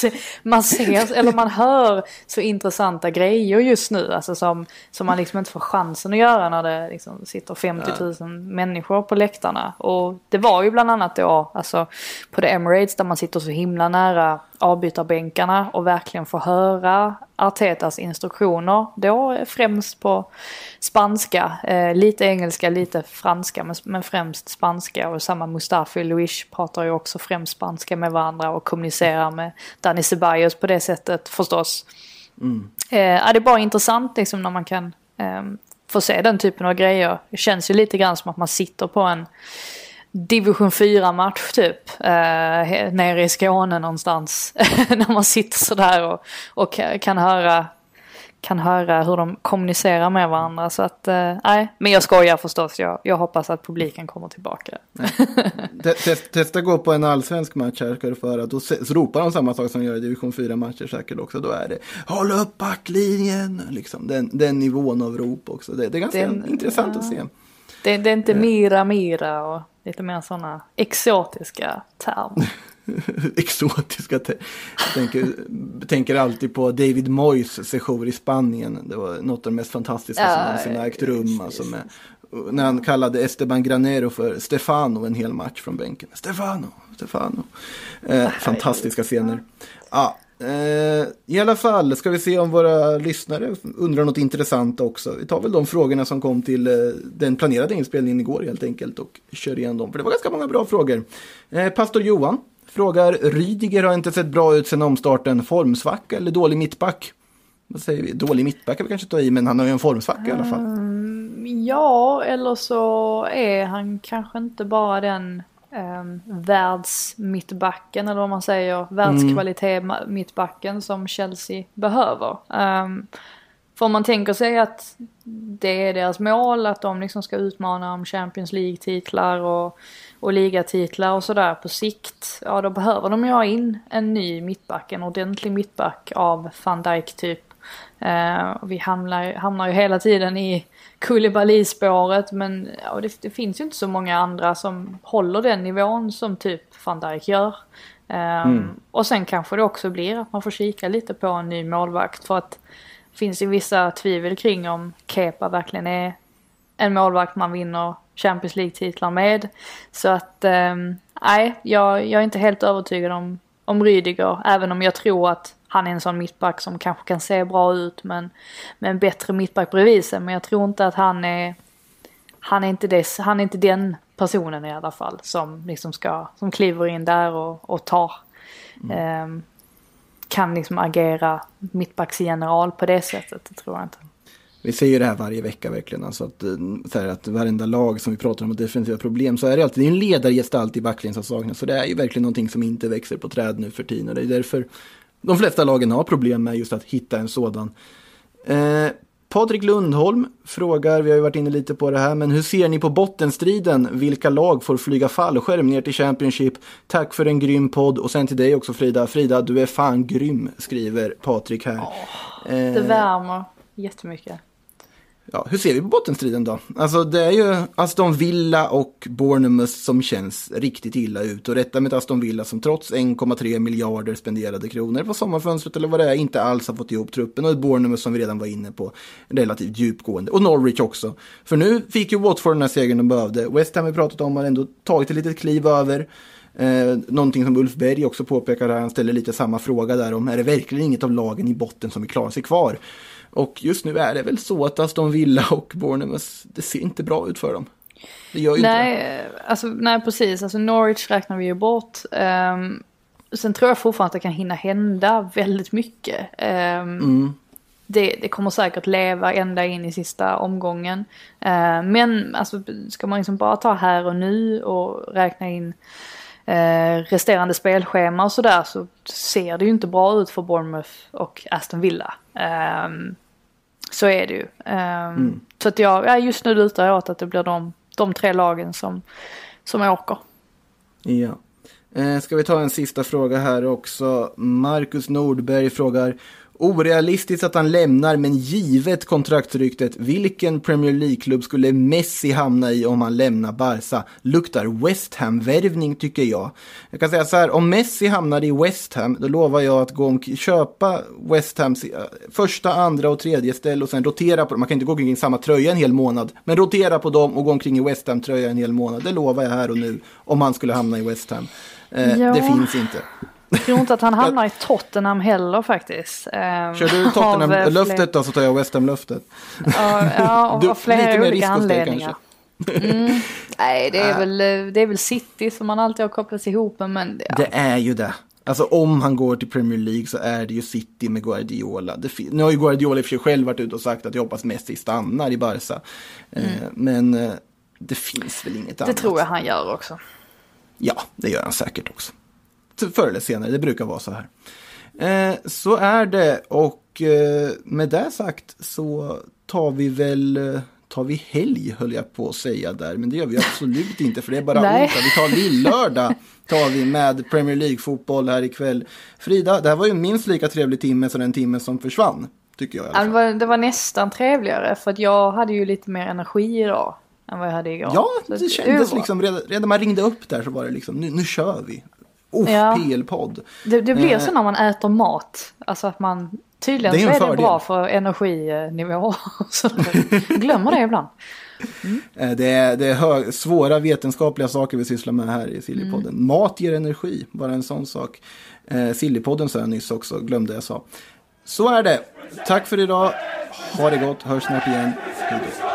man ser eller man hör så intressanta grejer just nu, alltså som, som man liksom inte får chansen att göra när det liksom sitter femtio tusen ja. människor på läktarna. Och det var ju bland annat då alltså på The Emirates där man sitter så himla nära avbytarbänkarna och verkligen få höra Artetas instruktioner. Då främst på spanska, eh, lite engelska, lite franska, men, men främst spanska. Och samma Mustafi och Luis pratar ju också främst spanska med varandra och kommunicerar med Dani Ceballos på det sättet förstås. Mm. Eh, är det bara intressant liksom, när man kan eh, få se den typen av grejer. Det känns ju lite grann som att man sitter på en division fyra-match typ eh, nere i Skåne någonstans när man sitter sådär och, och kan höra kan höra hur de kommunicerar med varandra. Så att, eh, nej, men jag skojar förstås. Jag, jag hoppas att publiken kommer tillbaka. Test, testa gå på en allsvensk match här, ska du få höra. Då så ropar de samma sak som gör i division fyra-matcher säkert också. Då är det, håll upp backlinjen! Liksom, den, den nivån av rop också. Det, det är ganska den, intressant ja. att se. Det, det är inte mira, mira och lite mer sådana exotiska termer. exotiska termer. Jag tänker, tänker alltid på David Moyes sejour i Spanien. Det var något av det mest fantastiska ja, som någonsin har ägt rum. Alltså med, när han kallade Esteban Granero för Stefano en hel match från bänken. Stefano, Stefano. Eh, fantastiska scener. Ja. Uh, I alla fall ska vi se om våra lyssnare undrar något intressant också. Vi tar väl de frågorna som kom till uh, den planerade inspelningen igår helt enkelt och kör igen dem, för det var ganska många bra frågor. uh, Pastor Johan frågar: Rydiger har inte sett bra ut sedan omstarten. Formsvacka eller dålig mittback? Vad säger vi? Dålig mittback är vi kanske ta i, men han har ju en formsvacka i alla fall. um, Ja, eller så är han kanske inte bara den Um, världsmittbacken eller vad man säger, världskvalitet mm. mittbacken som Chelsea behöver. Um, för om man tänker sig att det är deras mål att de liksom ska utmana om Champions League-titlar och, och ligatitlar och sådär på sikt, ja då behöver de ju ha in en ny mittback, en ordentlig mittback av Van Dijk typ. Uh, och vi hamnar, hamnar ju hela tiden i Koulibaly-spåret, men ja, det, det finns ju inte så många andra som håller den nivån som typ Van Dijk gör. Um, mm. Och sen kanske det också blir att man får kika lite på en ny målvakt, för att det finns ju vissa tvivel kring om Kepa verkligen är en målvakt man vinner Champions League-titlar med. Så att um, nej, jag, jag är inte helt övertygad om, om Rydiger, även om jag tror att han är en sån mittback som kanske kan se bra ut, men med en bättre mittback bredvid sig. Men jag tror inte att han är han är inte dess, han är inte den personen i alla fall som liksom ska som kliver in där och, och tar mm. eh, kan liksom agera mittbacksgeneral på det sättet, det tror jag inte. Vi säger det här varje vecka verkligen, alltså att, så här, att varenda lag som vi pratar om defensiva problem, så är det alltid det är en ledargestalt i backlinjen som saknas, så det är ju verkligen någonting som inte växer på träd nu för tiden, och det är därför de flesta lagen har problem med just att hitta en sådan. Eh, Patrik Lundholm frågar, vi har ju varit inne lite på det här, men hur ser ni på bottenstriden? Vilka lag får flyga fallskärm ner till Championship? Tack för en grym podd. Och sen till dig också, Frida. Frida, du är fan grym, skriver Patrik här. Oh, det eh, värmer jättemycket. Ja, hur ser vi på bottenstriden då? Alltså det är ju Aston Villa och Bournemouth som känns riktigt illa ut. Och rätta med Aston Villa som trots en komma tre miljarder spenderade kronor på sommarfönstret eller vad det är, inte alls har fått ihop truppen. Och Bournemouth som vi redan var inne på, relativt djupgående. Och Norwich också. För nu fick ju Watford den här segern de behövde. West Ham vi pratat om har ändå tagit ett litet kliv över. Eh, någonting som Ulf Berg också påpekar här, han ställer lite samma fråga där om, är det verkligen inget av lagen i botten som vill klara sig kvar? Och just nu är det väl så att Aston Villa och Bournemouth, det ser inte bra ut för dem. Det gör ju nej, inte. Alltså, nej, precis. Alltså Norwich räknar vi ju bort. Um, sen tror jag fortfarande att det kan hinna hända väldigt mycket. Um, mm. det, det kommer säkert leva ända in i sista omgången. Uh, men alltså, ska man liksom bara ta här och nu och räkna in uh, resterande spelschema och sådär, så ser det ju inte bra ut för Bournemouth och Aston Villa. Um, så är det ju. Um, mm. Så att jag, ja, just nu lutar jag åt att det blir de, de tre lagen som, som åker. Ja. Eh, ska vi ta en sista fråga här också. Marcus Nordberg frågar: orealistiskt att han lämnar, men givet kontraktryktet, vilken Premier League-klubb skulle Messi hamna i om han lämnar Barca? Luktar West Ham-värvning tycker jag. Jag kan säga så här, om Messi hamnar i West Ham, då lovar jag att gå och köpa West Hams första, andra och tredje ställ och sen rotera på dem. Man kan inte gå omkring i samma tröja en hel månad, men rotera på dem och gå omkring i West Ham-tröja en hel månad. Det lovar jag här och nu, om han skulle hamna i West Ham. Eh, ja. Det finns inte. Jag tror inte att han hamnar i Tottenham heller faktiskt. Kör du Tottenham-löftet då så tar jag West Ham-löftet. Ja, ja och Du, av flera lite mer olika risk hos dig, anledningar. Mm. Nej, det är, väl, det är väl City som man alltid har kopplats ihop med. Men, ja. Det är ju det. Alltså om han går till Premier League så är det ju City med Guardiola. Det fin- nu har ju Guardiola i och för sig själv varit ute och sagt att jag hoppas Messi stannar i Barca. Mm. Eh, men eh, det finns väl inget det annat. Det tror jag han gör också. Ja, det gör han säkert också. Förr eller senare, det brukar vara så här. Eh, så är det, och eh, med det sagt så tar vi väl... tar vi helg, höll jag på att säga där. Men det gör vi absolut inte, för det är bara onsdag. Vi tar lillördag, tar vi med Premier League-fotboll här ikväll. Frida, det här var ju minst lika trevlig timme som den timmen som försvann, tycker jag i alla fall. Det var, det var nästan trevligare, för att jag hade ju lite mer energi idag än vad jag hade igår. Ja, det kändes det liksom, redan, redan man ringde upp där så var det liksom, nu, nu kör vi. Oh, ja. P L-podd. Det, det blir eh. så när man äter mat, alltså att man... Tydligen det är så är fördel. det bra för energinivå. Så glömmer det ibland. Mm. Det är, det är hög, svåra vetenskapliga saker vi sysslar med här i Sillypodden. Mm. Mat ger energi, bara en sån sak. Eh, Sillypodden sa jag nyss också, glömde jag sa. Så är det. Tack för idag. Ha det gott, hörs snart igen. Hej då.